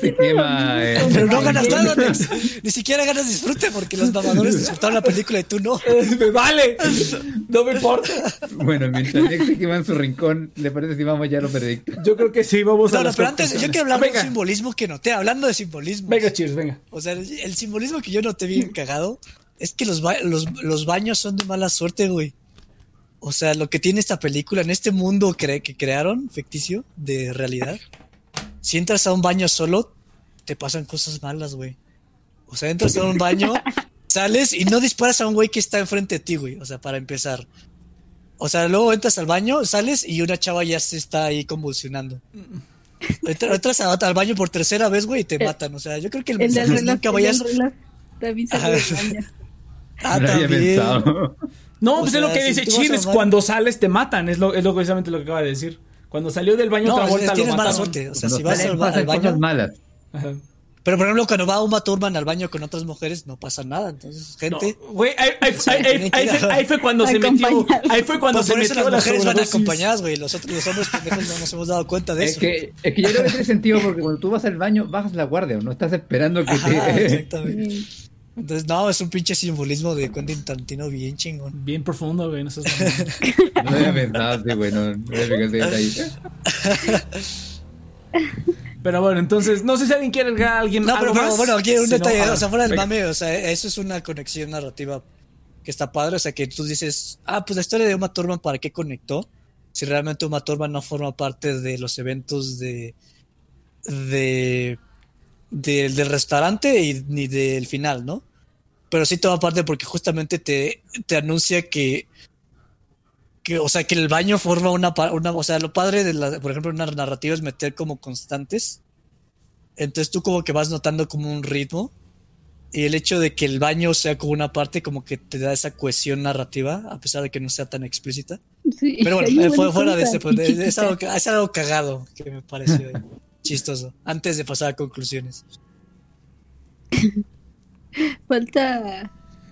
pero no ganas nada, Nex. Ni siquiera ganas disfrute porque los mamadores disfrutaron la película y tú no. Me vale. No me importa. Bueno, mientras Nex se quema en su rincón, ¿le parece si vamos ya a los veredictos? Yo creo que sí, vamos a los pero antes, yo quiero hablar de un simbolismo que noté. Hablando de simbolismo. Venga, cheers, venga. O sea, el simbolismo que yo noté bien cagado es que los baños son de mala suerte, güey. O sea, lo que tiene esta película en este mundo que crearon, ficticio, de realidad. Si entras a un baño solo, te pasan cosas malas, güey. O sea, entras a un baño, sales y no disparas a un güey que está enfrente de ti, güey. O sea, para empezar. O sea, luego entras al baño, sales y una chava ya se está ahí convulsionando. Entras al baño por tercera vez, güey, y te matan. O sea, yo creo que el mensaje es nunca vayas... También también. No, pues es lo que dice Cheers, cuando sales te matan. Es precisamente lo que acaba de decir. Cuando salió del baño otra vuelta tienes lo mala mataron. suerte. O sea, si vas al baño cosas malas. Ajá. Pero por ejemplo, cuando va Uma Thurman al baño con otras mujeres, no pasa nada. Entonces, gente. No, güey, ahí fue cuando se metió. Ahí fue cuando Pues se por eso metió las mujeres van sobredosis. acompañadas, güey. Los hombres pendejos no nos hemos dado cuenta de eso. Es que yo creo que tiene sentido porque cuando tú vas al baño, bajas la guardia, no estás esperando que Ajá, te... exactamente. Entonces, no, es un pinche simbolismo de Quentin Tarantino bien chingón. Bien profundo, güey. No seas No había pensado, sí, güey, no había fijado ese detalle. Pero bueno, entonces, no sé si alguien quiere agregar a alguien. No, pero algo más. bueno, aquí un Si no, detalle, ah, o sea, fuera del venga. mame, o sea, eso es una conexión narrativa que está padre, o sea, que tú dices, pues la historia de Uma Thurman, ¿para qué conectó? Si realmente Uma Thurman no forma parte de los eventos del restaurante ni del final, ¿no? Pero sí toma parte porque justamente te anuncia que o sea, que el baño forma o sea, lo padre por ejemplo, una narrativa es meter como constantes. Entonces tú como que vas notando como un ritmo y el hecho de que el baño sea como una parte como que te da esa cohesión narrativa a pesar de que no sea tan explícita. Sí, Pero hay bueno, buenas fuera de cosas, ese pues, y es algo, chiquitas. es algo cagado que me pareció chistoso antes de pasar a conclusiones. Falta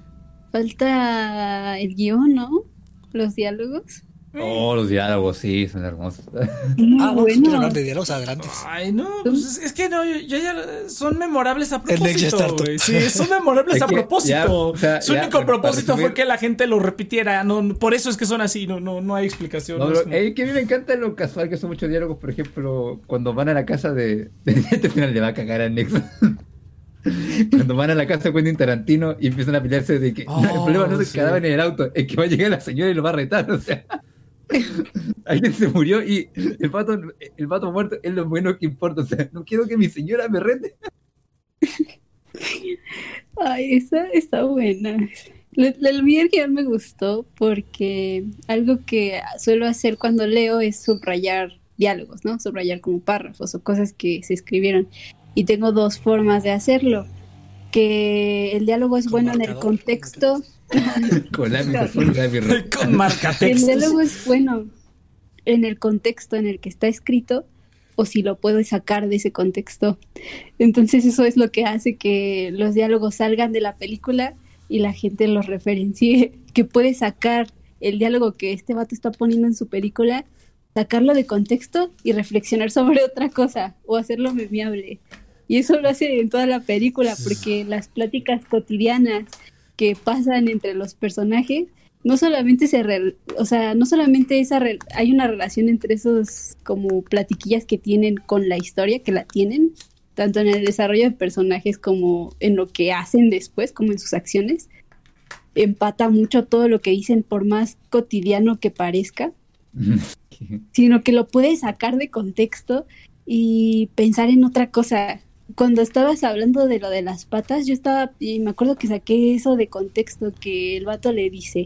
el guión, ¿no? Los diálogos. Oh, los diálogos, sí, son hermosos. Muy Vamos bueno. a hablar de diálogos adelante. Ay, no, pues es que no, yo ya son memorables a El Next propósito, Startup. güey. Sí, son memorables Es a que propósito. ya, o sea, Su ya, único para propósito fue resumir- que la gente lo repitiera. No, por eso es que son así, no hay explicación. No, no pero, es como- que a mí me encanta lo casual que son muchos diálogos, por ejemplo, cuando van a la casa de este final le va a cagar al Nexo. Cuando van a la casa de Quentin Tarantino y empiezan a pelearse de que Oh, el problema no es el sí. cadáver en el auto, es que va a llegar la señora y lo va a retar, o sea. Alguien se murió y el vato muerto es lo bueno que importa, o sea, no quiero que mi señora me rete. Ay, esa está buena. El guión me gustó porque algo que suelo hacer cuando leo es subrayar diálogos, ¿no? Subrayar como párrafos o cosas que se escribieron. Y tengo dos formas de hacerlo. Que el diálogo es Con bueno en el marcador. contexto. Con lápiz azul, lápiz rojo. Con marca El textos. diálogo es bueno en el contexto en el que está escrito o si lo puedo sacar de ese contexto. Entonces eso es lo que hace que los diálogos salgan de la película y la gente los referencie, que puede sacar el diálogo que este vato está poniendo en su película, sacarlo de contexto y reflexionar sobre otra cosa o hacerlo memeable. Y eso lo hace en toda la película porque las pláticas cotidianas que pasan entre los personajes no solamente hay una relación entre esos como platiquillas que tienen con la historia, que la tienen, tanto en el desarrollo de personajes como en lo que hacen después, como en sus acciones. Empata mucho todo lo que dicen, por más cotidiano que parezca, sino que lo puedes sacar de contexto y pensar en otra cosa. Cuando estabas hablando de lo de las patas, y me acuerdo que saqué eso de contexto, que el vato le dice,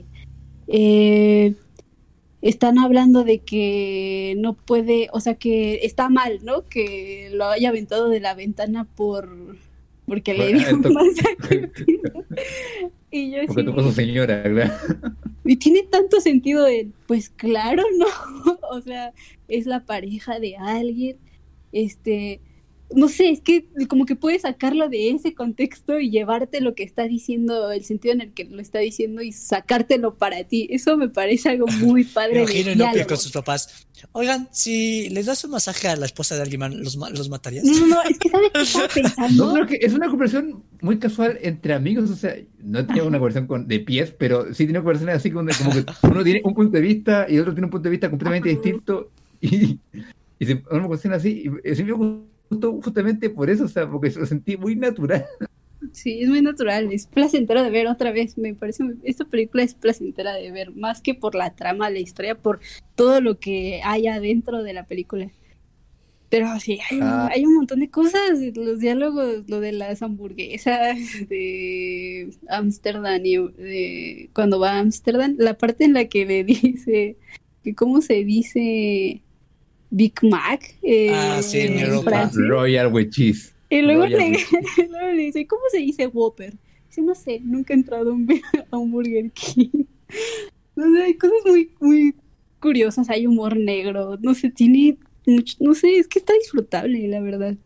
están hablando de que no puede, o sea, que está mal, ¿no? Que lo haya aventado de la ventana porque le dio un masaje. Y yo Porque sí, tocó su señora, ¿verdad? y tiene tanto sentido pues claro, ¿no? O sea, es la pareja de alguien, no sé, es que como que puedes sacarlo de ese contexto y llevarte lo que está diciendo, el sentido en el que lo está diciendo y sacártelo para ti. Eso me parece algo muy Me padre. imagino de Inopia diálogo. con sus papás. Oigan, si les das un masaje a la esposa de alguien más, ¿los matarías? No, es que ¿sabes qué estaba pensando? No, creo que es una conversación muy casual entre amigos, o sea, no he tenido una conversación de pies, pero sí he tenido conversaciones así como que uno tiene un punto de vista y el otro tiene un punto de vista completamente distinto y una conversación así, y sí me gustó justamente por eso, o sea, porque lo sentí muy natural. Sí, es muy natural, es placentero de ver otra vez, me parece, esta película es placentera de ver, más que por la trama, la historia, por todo lo que hay adentro de la película. Pero sí, hay un montón de cosas, los diálogos, lo de las hamburguesas de Ámsterdam y de cuando va a Ámsterdam, la parte en la que le dice que cómo se dice Big Mac Sí, en en Europa. Francia. Royal with cheese. Y luego Royal luego le dice, ¿cómo se dice Whopper? Dice, no sé, nunca he entrado a un Burger King. No sé, hay cosas muy, muy curiosas, hay humor negro, no sé, tiene mucho, no sé, es que está disfrutable, la verdad, ya.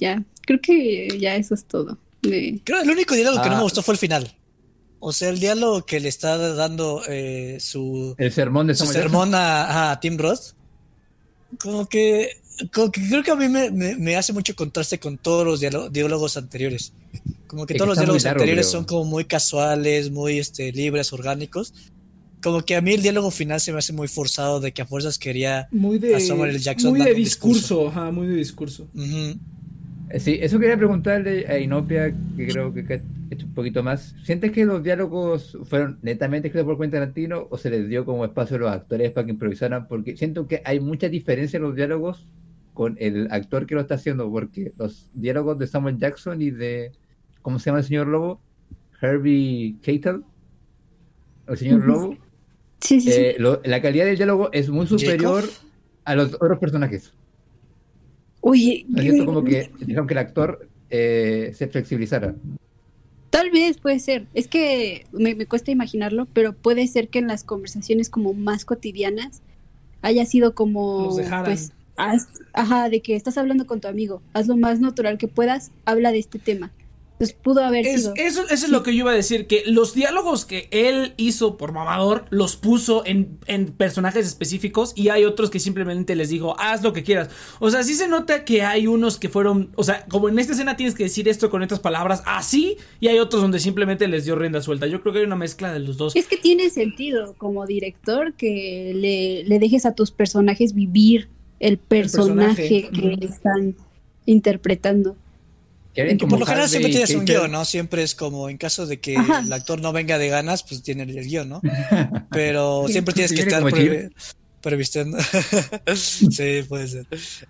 creo que ya eso es todo. Creo que el único diálogo que no me gustó fue el final. O sea, el diálogo que le está dando el sermón de su Samuel sermón a Tim Roth. Como que creo que a mí me hace mucho contraste con todos los diálogos anteriores. Como que todos los diálogos anteriores son como muy casuales, muy libres, orgánicos. Como que a mí el diálogo final se me hace muy forzado, de que a fuerzas quería a Samuel L. Jackson muy de dando un discurso. Ajá, muy de discurso. Uh-huh. Sí, eso quería preguntarle a Inopia, que creo que ha hecho un poquito más. ¿Sientes que los diálogos fueron netamente escritos por Quentin Tarantino o se les dio como espacio a los actores para que improvisaran? Porque siento que hay mucha diferencia en los diálogos con el actor que lo está haciendo, porque los diálogos de Samuel Jackson y de, ¿cómo se llama el señor Lobo? Harvey Keitel, el señor Lobo. Sí. La calidad del diálogo es muy superior a los otros personajes. Oye, me siento como que dijeron que el actor se flexibilizara. Tal vez puede ser. Es que me cuesta imaginarlo, pero puede ser que en las conversaciones como más cotidianas haya sido como, los dejaran. Pues, de que estás hablando con tu amigo, haz lo más natural que puedas, habla de este tema. Entonces pudo haber sido. Eso es lo que yo iba a decir, que los diálogos que él hizo por mamador los puso en personajes específicos, y hay otros que simplemente les dijo, haz lo que quieras. O sea, sí se nota que hay unos que fueron, o sea, como en esta escena tienes que decir esto con estas palabras así, y hay otros donde simplemente les dio rienda suelta. Yo creo que hay una mezcla de los dos. Es que tiene sentido como director que le dejes a tus personajes vivir el personaje que están interpretando. Que por lo general siempre tienes un guión, ¿no? Siempre es como en caso de que el actor no venga de ganas, pues tiene el guión, ¿no? Pero siempre tienes que estar previstiendo. Sí, puede ser.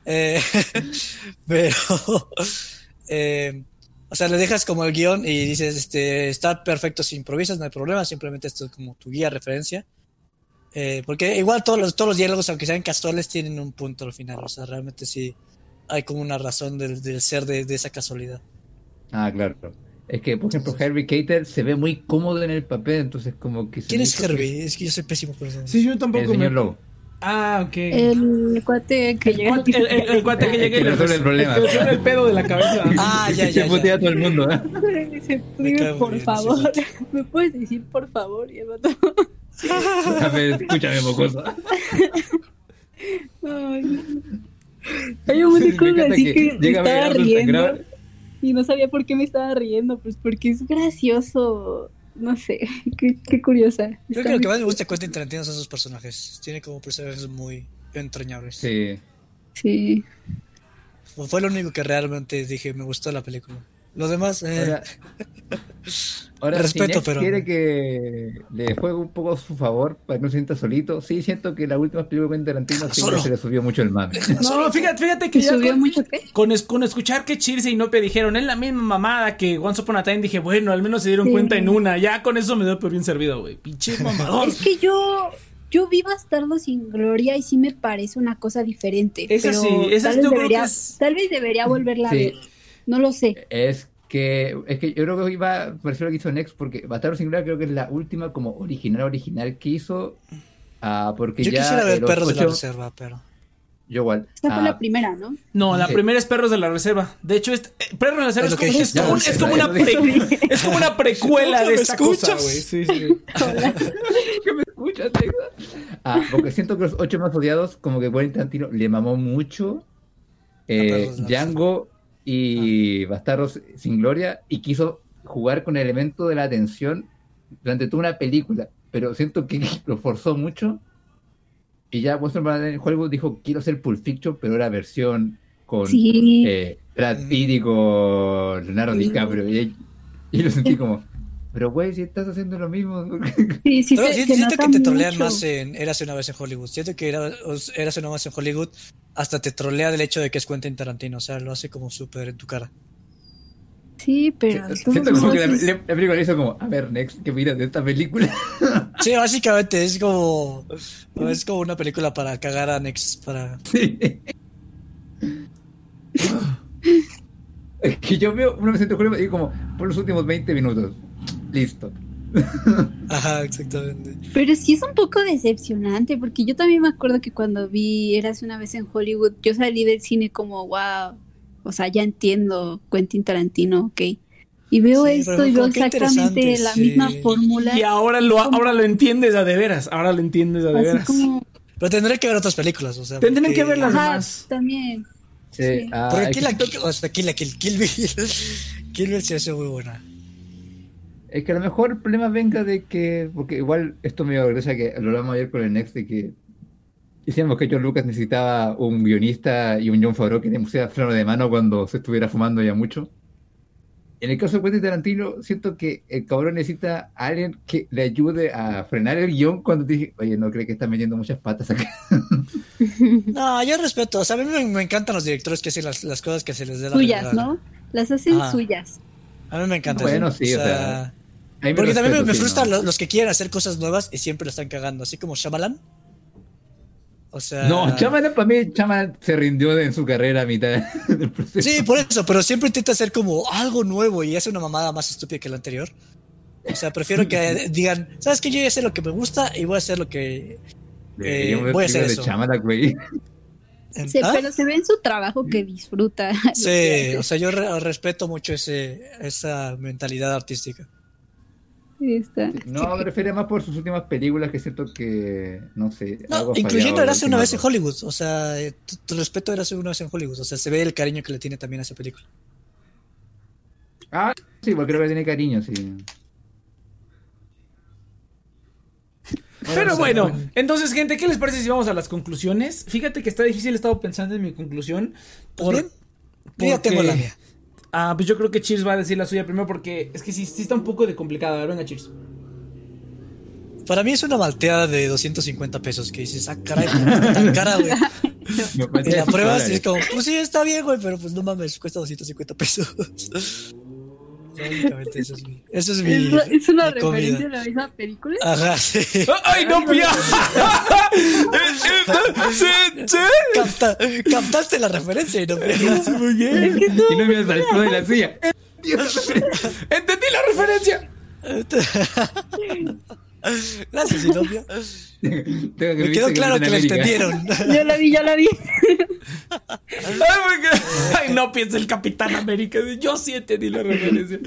Pero o sea, le dejas como el guión y dices, está perfecto si improvisas, no hay problema, simplemente esto es como tu guía, referencia. Porque igual todos los diálogos, aunque sean casuales, tienen un punto al final. O sea, realmente sí hay como una razón del ser de esa casualidad. Ah, claro. Es que, por ejemplo, Harvey Keitel se ve muy cómodo en el papel, entonces como que... ¿Quién es Harvey? Es que yo soy pésimo por eso. Sí, yo tampoco. El señor Lobo. Ah, ok. El cuate que llega. El cuate que llega y resuelve el problema. resuelve el pedo de la cabeza. Ah, ya. Se putea a todo el mundo, ¿eh? Dime, por favor. ¿Me puedes decir por favor? Y el vato... A ver, escúchame, mocoso. Hay un montón de cosas así que me llega estaba riendo y no sabía por qué me estaba riendo, pues porque es gracioso, no sé, qué curiosa. Creo que lo que más me gusta de Quentin Tarantino son sus personajes. Tiene como personajes muy entrañables. Sí. Fue lo único que realmente dije, me gustó la película. Lo demás, ahora respeto, si pero quiere que le juegue un poco a su favor para que no se sienta solito. Sí, siento que la última película de Tarantino sí se le subió mucho el mame. No, fíjate que ya subió mucho qué. Con escuchar que Chirse y Nope dijeron es la misma mamada que Once Upon a Time, dije, bueno, al menos se dieron cuenta en una. Ya con eso me doy por bien servido, güey. Pinche mamador. Es que yo vi Bastardos sin Gloria y sí me parece una cosa diferente. Esa pero sí, esa yo creo que es... Tal vez debería volverla a ver. No lo sé. Es que yo creo que iba a parecer lo que hizo Next, porque Bastardos sin Gloria creo que es la última como original que hizo. Porque yo ya quisiera ver Perros de la Reserva, pero... Yo igual. Esta fue la primera, ¿no? No, la primera es Perros de la Reserva. De hecho, Perros de la Reserva es como una precuela de esta cosa, güey. Sí. ¿Qué me escuchas, Nexa? Porque siento que los 8 más odiados, como que Quentin Tarantino le mamó mucho Django y Bastardos sin Gloria, y quiso jugar con el elemento de la tensión durante toda una película, pero siento que lo forzó mucho, y ya en Hollywood dijo, quiero hacer Pulp Fiction, pero era versión con Brad Pitt y con Leonardo DiCaprio, y lo sentí como, pero güey, si estás haciendo lo mismo. Sí, siento que te trolean más en Érase una vez en Hollywood. Siento que Érase una vez en Hollywood hasta te trolea del hecho de que es Quentin Tarantino. O sea, lo hace como súper en tu cara. Sí, pero... Siento como que la película le hizo como, a ver, Next, ¿qué miras de esta película? Sí, básicamente es como una película para cagar a Next. Sí. Es que yo veo una vez en Hollywood y digo como, por los últimos 20 minutos. Listo. Ajá, exactamente. Pero sí es un poco decepcionante, porque yo también me acuerdo que cuando vi Érase una vez en Hollywood, yo salí del cine como, wow, o sea, ya entiendo Quentin Tarantino, ok. Y veo Sí, esto pero y veo como qué exactamente interesante, la sí. misma fórmula. Y ahora lo entiendes a de veras. Ahora lo entiendes a de Así veras. como, Pero tendré que ver otras películas, o sea. Tendrán porque- que verlas ajá, más. también. Sí, Sí. Porque es, aquí que siento, o sea, Kill Bill. Kill Bill se hace muy buena. es que a lo mejor el problema venga de que, porque igual esto me dio gracia que lo hablamos ayer con el Next, de que decíamos que George Lucas necesitaba un guionista y un Jon Favreau que pusiera freno de mano cuando se estuviera fumando ya mucho. En el caso de Quentin Tarantino, siento que el cabrón necesita a alguien que le ayude a frenar el guión cuando dije, oye, ¿no cree que está metiendo muchas patas acá? No, yo respeto. O sea, a mí me encantan los directores que hacen las cosas que se les dé la Suyas, gana. ¿no? Las hacen Ajá. suyas. A mí me encanta Bueno, eso. sí, o sea, a mí me porque también respeto, me sí, frustran ¿no? los que quieren hacer cosas nuevas y siempre la están cagando. Así como Shyamalan. O sea. No, Chamalan para mí, Chamalan se rindió en su carrera a mitad del proceso. Sí, por eso, pero siempre intenta hacer como algo nuevo y hace una mamada más estúpida que la anterior. O sea, prefiero que digan, ¿sabes qué? Yo ya sé lo que me gusta y voy a hacer lo que. Deberíamos ver voy a hacer películas eso. de Chamalan, güey. Sí, ¿Ah? pero se ve en su trabajo que disfruta. lo que Sí, hace. o sea, yo respeto mucho esa mentalidad artística. Está. No, me refiero más por sus últimas películas que siento que, no sé, No, algo ha incluyendo fallado Érase una las vez en últimas Hollywood. O sea, tu respeto Érase una vez en Hollywood. O sea, se ve el cariño que le tiene también a esa película. dos. Ah, sí, porque creo que tiene cariño, sí. Pero o sea, bueno, no- entonces, gente, ¿qué les parece si vamos a las conclusiones? Fíjate que está difícil, he estado pensando en mi conclusión. Bien, yo ya tengo la mía. Pues yo creo que Cheers va a decir la suya primero porque es que sí está un poco de complicada. A ver, venga, Cheers. Para mí es una malteada de 250 pesos que dices, caray, ¿por qué está tan cara, güey? Y la pruebas y es como, pues sí, está bien, güey, pero pues no mames, cuesta 250 pesos. Básicamente eso es mi Es una mi comida. referencia a la misma película. Ajá, sí. ¡Ay, no, pía! Captaste la referencia y no pegas. Muy bien. Es que tú, Y no me saltó de la silla. ¡Entendí la referencia! Gracias, Sinopia. Tengo que Me viste quedó claro que Capitán lo América. entendieron. yo la vi. Ay, no piensa el Capitán América. Yo sí entendí la referencia.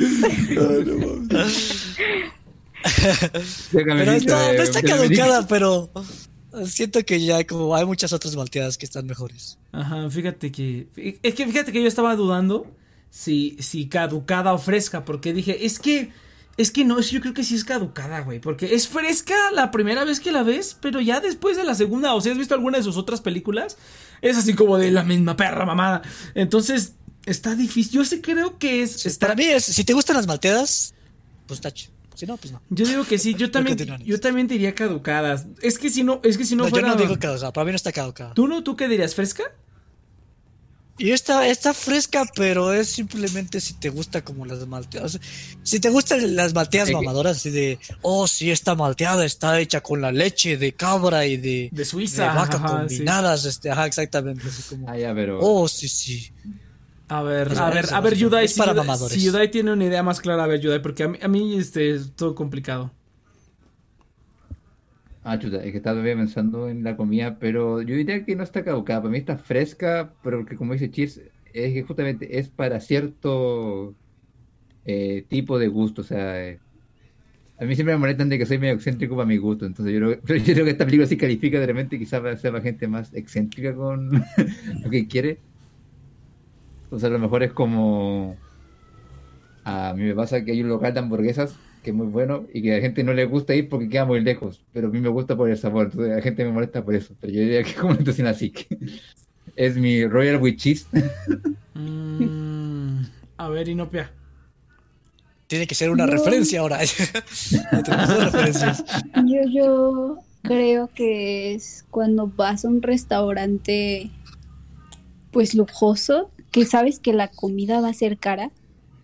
Pero no está caducada, pero siento que ya como hay muchas otras malteadas que están mejores. Ajá, fíjate que yo estaba dudando si caducada o fresca, porque dije, es que no, yo creo que sí es caducada, güey, porque es fresca la primera vez que la ves, pero ya después de la segunda, o si has visto alguna de sus otras películas, es así como de la misma perra mamada. Entonces, está difícil. Yo sí creo que Para mí es, si te gustan las malteadas, pues tache. Si no, pues no. Yo digo que sí, yo también diría caducadas. Es que si no No, fuera... yo no digo caducada, para mí no está caducada. ¿Tú qué dirías, fresca? Y está fresca, pero es simplemente si te gusta como las malteadas. O sea, si te gustan las malteadas mamadoras, así de, oh, sí, esta malteada está hecha con la leche de cabra y de Suiza, de vaca ajá, combinadas, ajá, exactamente. Así como, ya, pero... oh, sí. A ver, Eso, Yudai, es para mamadores. si Yudai tiene una idea más clara, a ver, Yudai, porque a mí es todo complicado. Chuta, es que estaba todavía pensando en la comida, pero yo diría que no está caducada. Para mí está fresca, pero que como dice Cheers, es que justamente es para cierto tipo de gusto. O sea, a mí siempre me molestan de que soy medio excéntrico para mi gusto. Entonces pero yo creo que esta película sí califica de repente, quizás sea para gente más excéntrica con lo que quiere. Entonces a lo mejor es como... A mí me pasa que hay un local de hamburguesas que es muy bueno y que a la gente no le gusta ir porque queda muy lejos, pero a mí me gusta por el sabor, entonces la gente me molesta por eso. Pero yo diría que es como una situación así, que es mi Royal with Cheese. A ver, Inopia. Tiene que ser una No. referencia ahora. Tenemos dos referencias. Yo creo que es cuando vas a un restaurante pues lujoso, que sabes que la comida va a ser cara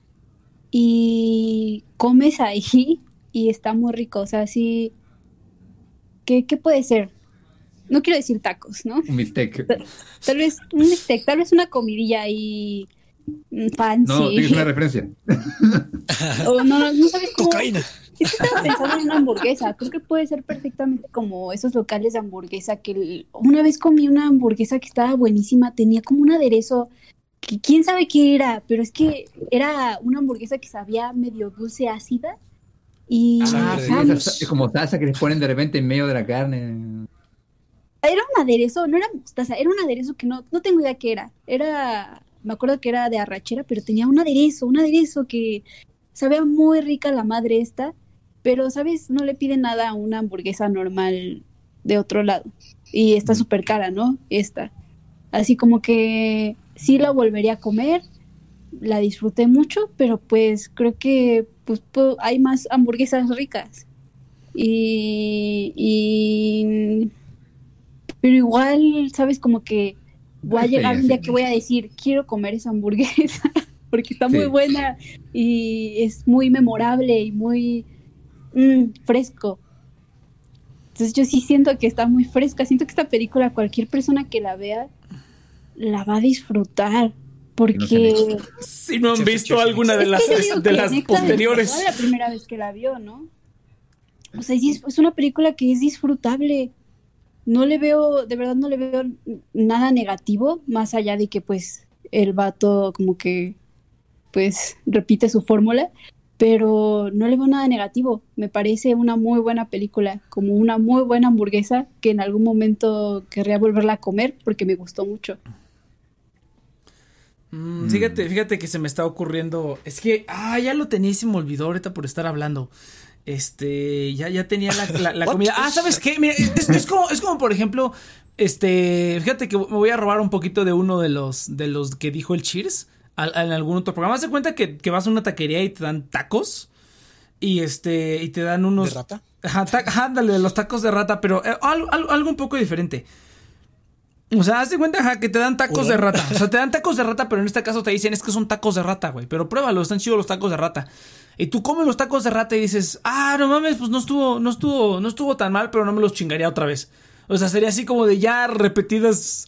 y comes ahí y está muy rico. O sea, sí, ¿qué puede ser? No quiero decir tacos, ¿no? Un bistec. Tal vez un steak, tal vez una comidilla ahí fancy. No, tienes una referencia. O no sabes cómo. Cocaína. Es que estaba pensando en una hamburguesa. Creo que puede ser perfectamente como esos locales de hamburguesa una vez comí una hamburguesa que estaba buenísima. Tenía como un aderezo que quién sabe qué era, pero es que era una hamburguesa que sabía medio dulce ácida y Sangre de ajá, Dios. Es como salsa que les ponen de repente en medio de la carne. era un aderezo, no era mostaza, era un aderezo que no tengo idea qué era. Me acuerdo que era de arrachera, pero tenía un aderezo que sabía muy rica la madre esta, pero, ¿sabes? No le pide nada a una hamburguesa normal de otro lado. Y está súper cara, ¿no? Esta. Así como que sí la volvería a comer, la disfruté mucho, pero pues creo que pues, hay más hamburguesas ricas. Y pero igual, ¿sabes? Como que voy a llegar un día que voy a decir, quiero comer esa hamburguesa, porque está muy buena y es muy memorable y muy fresco. Entonces yo sí siento que está muy fresca, siento que esta película cualquier persona que la vea la va a disfrutar, porque Si no han visto alguna de las, es que yo digo de que las neta, posteriores. es la primera vez que la vio, ¿no? O sea, sí es una película que es disfrutable. No le veo, de verdad no le veo nada negativo, más allá de que pues el vato como que pues repite su fórmula, pero no le veo nada negativo. Me parece una muy buena película, como una muy buena hamburguesa que en algún momento querría volverla a comer porque me gustó mucho. Fíjate que se me está ocurriendo. Es que, ya lo tenía y se me olvidó ahorita por estar hablando. Ya tenía la comida. ¿Sabes qué? Mira, es como por ejemplo, fíjate que me voy a robar un poquito de uno de los que dijo el Cheers en algún otro programa. Haz de cuenta que vas a una taquería y te dan tacos y te dan unos... ¿De rata? Ándale, los tacos de rata, pero algo un poco diferente. O sea, haz de cuenta que te dan tacos de rata. O sea, te dan tacos de rata, pero en este caso te dicen es que son tacos de rata, güey. Pero pruébalo, están chidos los tacos de rata. Y tú comes los tacos de rata y dices, no mames, pues no estuvo tan mal, pero no me los chingaría otra vez. O sea, sería así como de ya repetidas.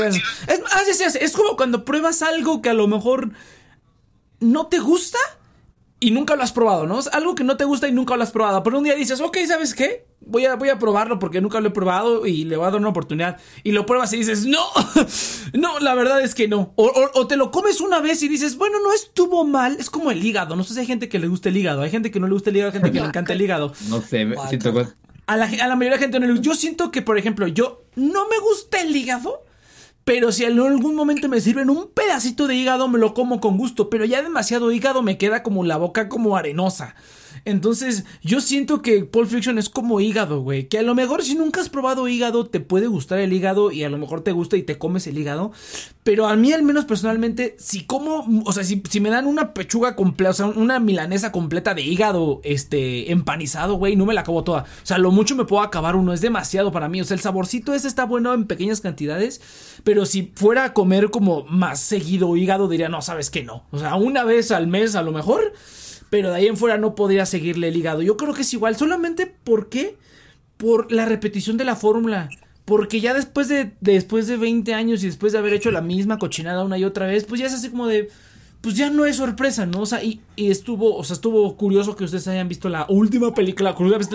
Es como cuando pruebas algo que a lo mejor no te gusta y nunca lo has probado, ¿no? Es algo que no te gusta y nunca lo has probado. Pero un día dices, ok, ¿sabes qué? Voy a probarlo porque nunca lo he probado y le voy a dar una oportunidad. Y lo pruebas y dices, no, la verdad es que no. O te lo comes una vez y dices, bueno, no estuvo mal. Es como el hígado. No sé si hay gente que le gusta el hígado. Hay gente que no le gusta el hígado, hay gente que le encanta el hígado. No sé, siento que... A la mayoría de la gente no le gusta. Yo siento que, por ejemplo, yo no me gusta el hígado. Pero si en algún momento me sirven un pedacito de hígado, me lo como con gusto. Pero ya demasiado hígado me queda como la boca como arenosa. Entonces yo siento que Pulp Fiction es como hígado, güey. Que a lo mejor si nunca has probado hígado, te puede gustar el hígado y a lo mejor te gusta y te comes el hígado. Pero a mí al menos personalmente, si como, o sea, si me dan una pechuga completa, o sea, una milanesa completa de hígado, empanizado, güey, no me la acabo toda. O sea, lo mucho me puedo acabar uno, es demasiado para mí. O sea, el saborcito ese está bueno en pequeñas cantidades, pero si fuera a comer como más seguido hígado, diría, no, sabes que no. O sea, una vez al mes a lo mejor, pero de ahí en fuera no podría seguirle el hígado. Yo creo que es igual, solamente porque por la repetición de la fórmula. Porque ya después de 20 años y después de haber hecho la misma cochinada una y otra vez, pues ya es así como de, pues ya no es sorpresa, ¿no? O sea, y estuvo curioso que ustedes hayan visto la última película,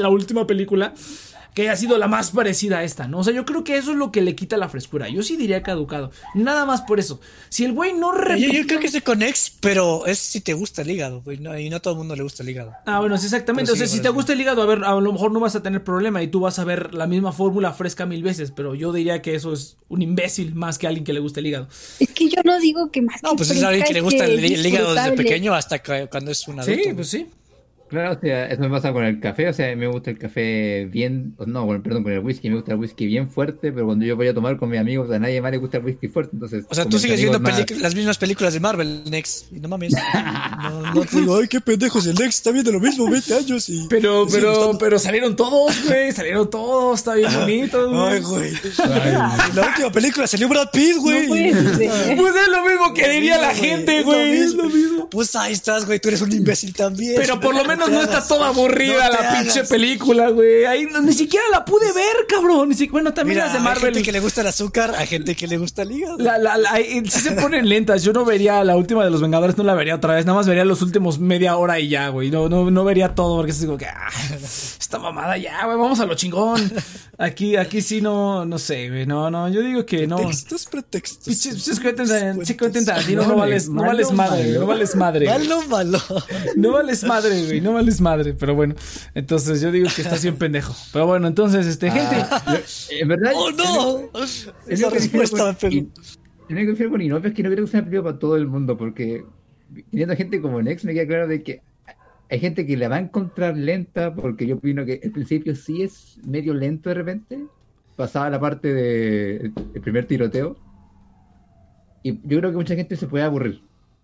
que haya sido la más parecida a esta, ¿no? O sea, yo creo que eso es lo que le quita la frescura. Yo sí diría caducado. Nada más por eso. Si el güey no repite... Yo creo que es con ex, pero es si te gusta el hígado, güey. No, y no a todo el mundo le gusta el hígado. Bueno, sí, exactamente. Pero o sea, si te gusta el hígado, a lo mejor no vas a tener problema y tú vas a ver la misma fórmula fresca 1000 veces. Pero yo diría que eso es un imbécil más que alguien que le guste el hígado. Es que yo no digo que más. No, pues es alguien que le gusta el hígado desde pequeño hasta cuando es un adulto. Sí, pues sí. Claro, o sea, eso me pasa con el café, o sea, me gusta el café bien, perdón, con el whisky, me gusta el whisky bien fuerte, pero cuando yo voy a tomar con mis amigos, a nadie más le gusta el whisky fuerte, entonces... O sea, tú sigues viendo las mismas películas de Marvel, Nex, y no mames. No te digo, ay, qué pendejos, el Nex está viendo lo mismo, 20 años y... Pero salieron todos, güey, está bien bonito, güey. Ay, güey. La última película salió Brad Pitt, güey. No puede ser. Pues es lo mismo que diría la gente, güey, es lo mismo. Pues ahí estás, güey, tú eres un imbécil también. Pero por lo menos menos no está toda aburrida la pinche película, güey. Ahí ni siquiera la pude ver, cabrón. Bueno, también las de Marvel. Hay gente que le gusta el azúcar, hay gente que le gusta el hígado. Sí se ponen lentas. Yo no vería la última de los Vengadores, no la vería otra vez. Nada más vería los últimos media hora y ya, güey. No vería todo porque es como que esta mamada ya, güey. Vamos a lo chingón. Aquí sí no sé, güey. No, yo digo que no. Pretextos. Pinches Quentin Tarantino, no vales madre, güey. No vales madre. Malo. No vales madre, güey. No vales madre. Pero bueno, entonces yo digo que estás bien pendejo. Pero bueno, entonces, gente. En verdad. ¡Oh, no! Esa respuesta, pero. Yo me confiero con Inopia, es que no creo que sea una película para todo el mundo, porque teniendo gente como Nex, me queda claro de que hay gente que la va a encontrar lenta, porque yo opino que al principio sí es medio lento de repente, pasada la parte del primer tiroteo, y yo creo que mucha gente se puede aburrir.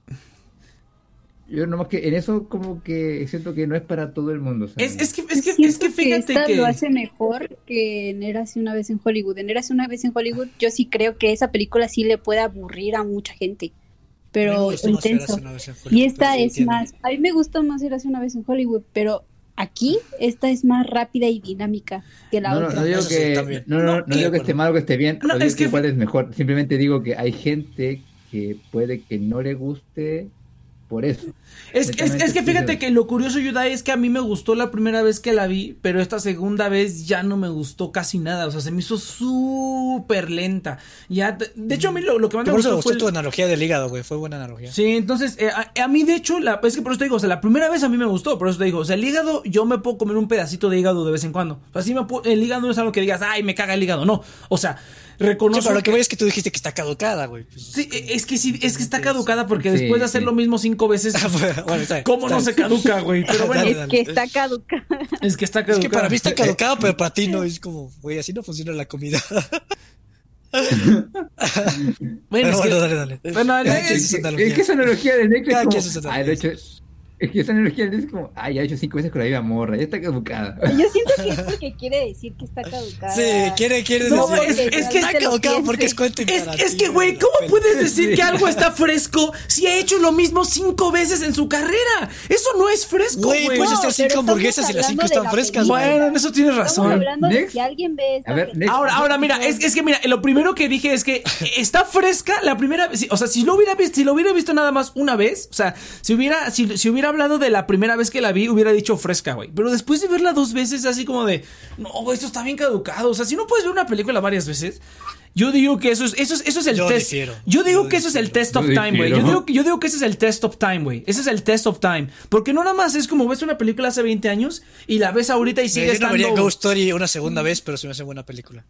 Yo nomás que en eso como que siento que no es para todo el mundo. ¿Sabes? Es que fíjate esta que lo hace mejor que en Érase una vez en Hollywood. En Érase una vez en Hollywood yo sí creo que esa película sí le puede aburrir a mucha gente, pero intenso. Y esta es más, a mí me gusta más Érase una vez en Hollywood, pero aquí esta es más rápida y dinámica que la otra. No digo que esté mal o que esté bien, no digo que igual es mejor. Simplemente digo que hay gente que puede que no le guste por eso. Es que fíjate que lo curioso, Yudai, es que a mí me gustó la primera vez que la vi, pero esta segunda vez ya no me gustó casi nada. O sea, se me hizo súper lenta. Ya, de hecho, a mí lo que más me gustó fue tu analogía del hígado, güey. Fue buena analogía. Sí, entonces, a mí, de hecho, es que por eso te digo, o sea, la primera vez a mí me gustó, por eso te digo, o sea, el hígado, yo me puedo comer un pedacito de hígado de vez en cuando. O sea, el hígado no es algo que digas, ay, me caga el hígado, no. O sea, reconozco. Sí, pero lo que voy es que tú dijiste que está caducada, güey. Pues, sí, es que está caducada porque después de hacer lo mismo 5 veces, bueno, ¿cómo no se caduca, güey? Pero bueno, es que está caducada. Es que está caducada. Es que para mí está caducada, pero para ti no. Es como, güey, así no funciona la comida. Bueno, dale. Bueno, es que esa analogía del Nex es que esa energía es como, ya he hecho 5 veces con la misma morra, ya está caducada. Yo siento que es porque quiere decir que está caducada. Sí, quiere decir. Es que está caducado porque es Quentin Tarantino. Es que, güey, ¿cómo puedes decir que algo está fresco si ha hecho lo mismo 5 veces en su carrera? Eso no es fresco, güey. Puedes hacer 5 hamburguesas y las 5 están frescas. Bueno, en eso tienes razón. Estamos hablando de si alguien ve esta ahora, mira, es que mira, lo primero que dije es que está fresca la primera vez. O sea, si lo hubiera visto nada más una vez, o sea, si hubiera hablado de la primera vez que la vi, hubiera dicho fresca, güey. Pero después de verla 2 veces, así como de, no, güey, esto está bien caducado. O sea, si no puedes ver una película varias veces, yo digo que eso es el test. Yo digo que eso es el test of time, güey. Yo digo que ese es el test of time, güey. Ese es el test of time. Porque no nada más es como ves una película hace 20 años y la ves ahorita y sigue estando. Yo no vería Ghost Story una segunda vez, pero se me hace buena película.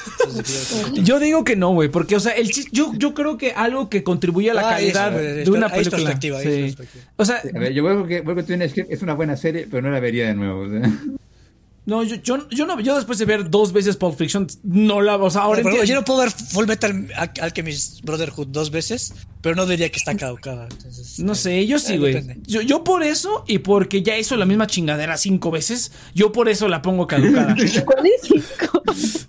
Yo digo que no, güey. Porque, o sea, yo creo que algo que contribuye a la calidad de una película. Sí. O sea, a ver, yo vuelvo que tú es una buena serie, pero no la vería de nuevo. O sea. No, yo después de ver 2 veces Pulp Fiction, no la, o sea, ahora yo no puedo ver Full Metal Alchemist Brotherhood 2 veces, pero no diría que está caducada. Entonces, no sé, yo sí, güey. Yo por eso, y porque ya hizo la misma chingadera 5 veces, yo por eso la pongo caducada. ¿Cuál es 5?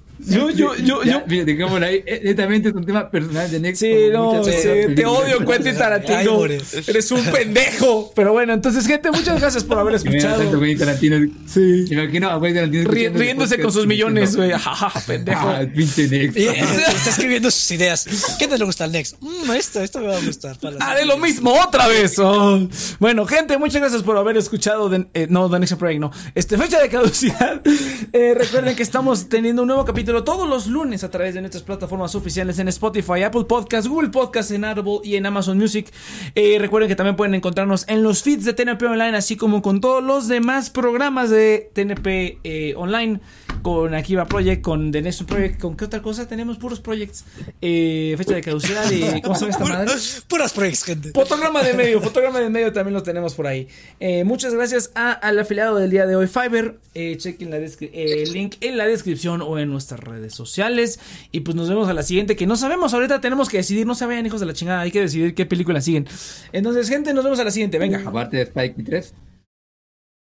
Mira, digámoslo ahí, netamente es un tema personal de Nex. Sí, no, sí, te odio, Quentin Tarantino. Eres un pendejo. Pero bueno, entonces, gente, muchas gracias por haber escuchado. Sí. Imagino a Quentin Tarantino riéndose con sus millones, güey. Jaja, pendejo. Pinche Nex. Está escribiendo sus ideas. ¿Qué te le gusta al Nex? Esto me va a gustar. Haré lo mismo otra vez. Bueno, gente, muchas gracias por haber escuchado. The Next Project, no. Fecha de caducidad. Recuerden que estamos teniendo un nuevo capítulo todos los lunes a través de nuestras plataformas oficiales en Spotify, Apple Podcasts, Google Podcasts, en Audible y en Amazon Music. Recuerden que también pueden encontrarnos en los feeds de TNP Online, así como con todos los demás programas de TNP Online, con Akiva Project, con The Next Project, con qué otra cosa tenemos, puros projects. Fecha de caducidad y ¿cómo se llama esta madre? Puras projects, gente. Fotograma de medio también lo tenemos por ahí. Muchas gracias al afiliado del día de hoy, Fiverr. Chequen el link en la descripción o en nuestras redes sociales. Y pues nos vemos a la siguiente, que no sabemos, ahorita tenemos que decidir, no se vayan, hijos de la chingada, hay que decidir qué película siguen. Entonces, gente, nos vemos a la siguiente, venga. Aparte de Spike 3.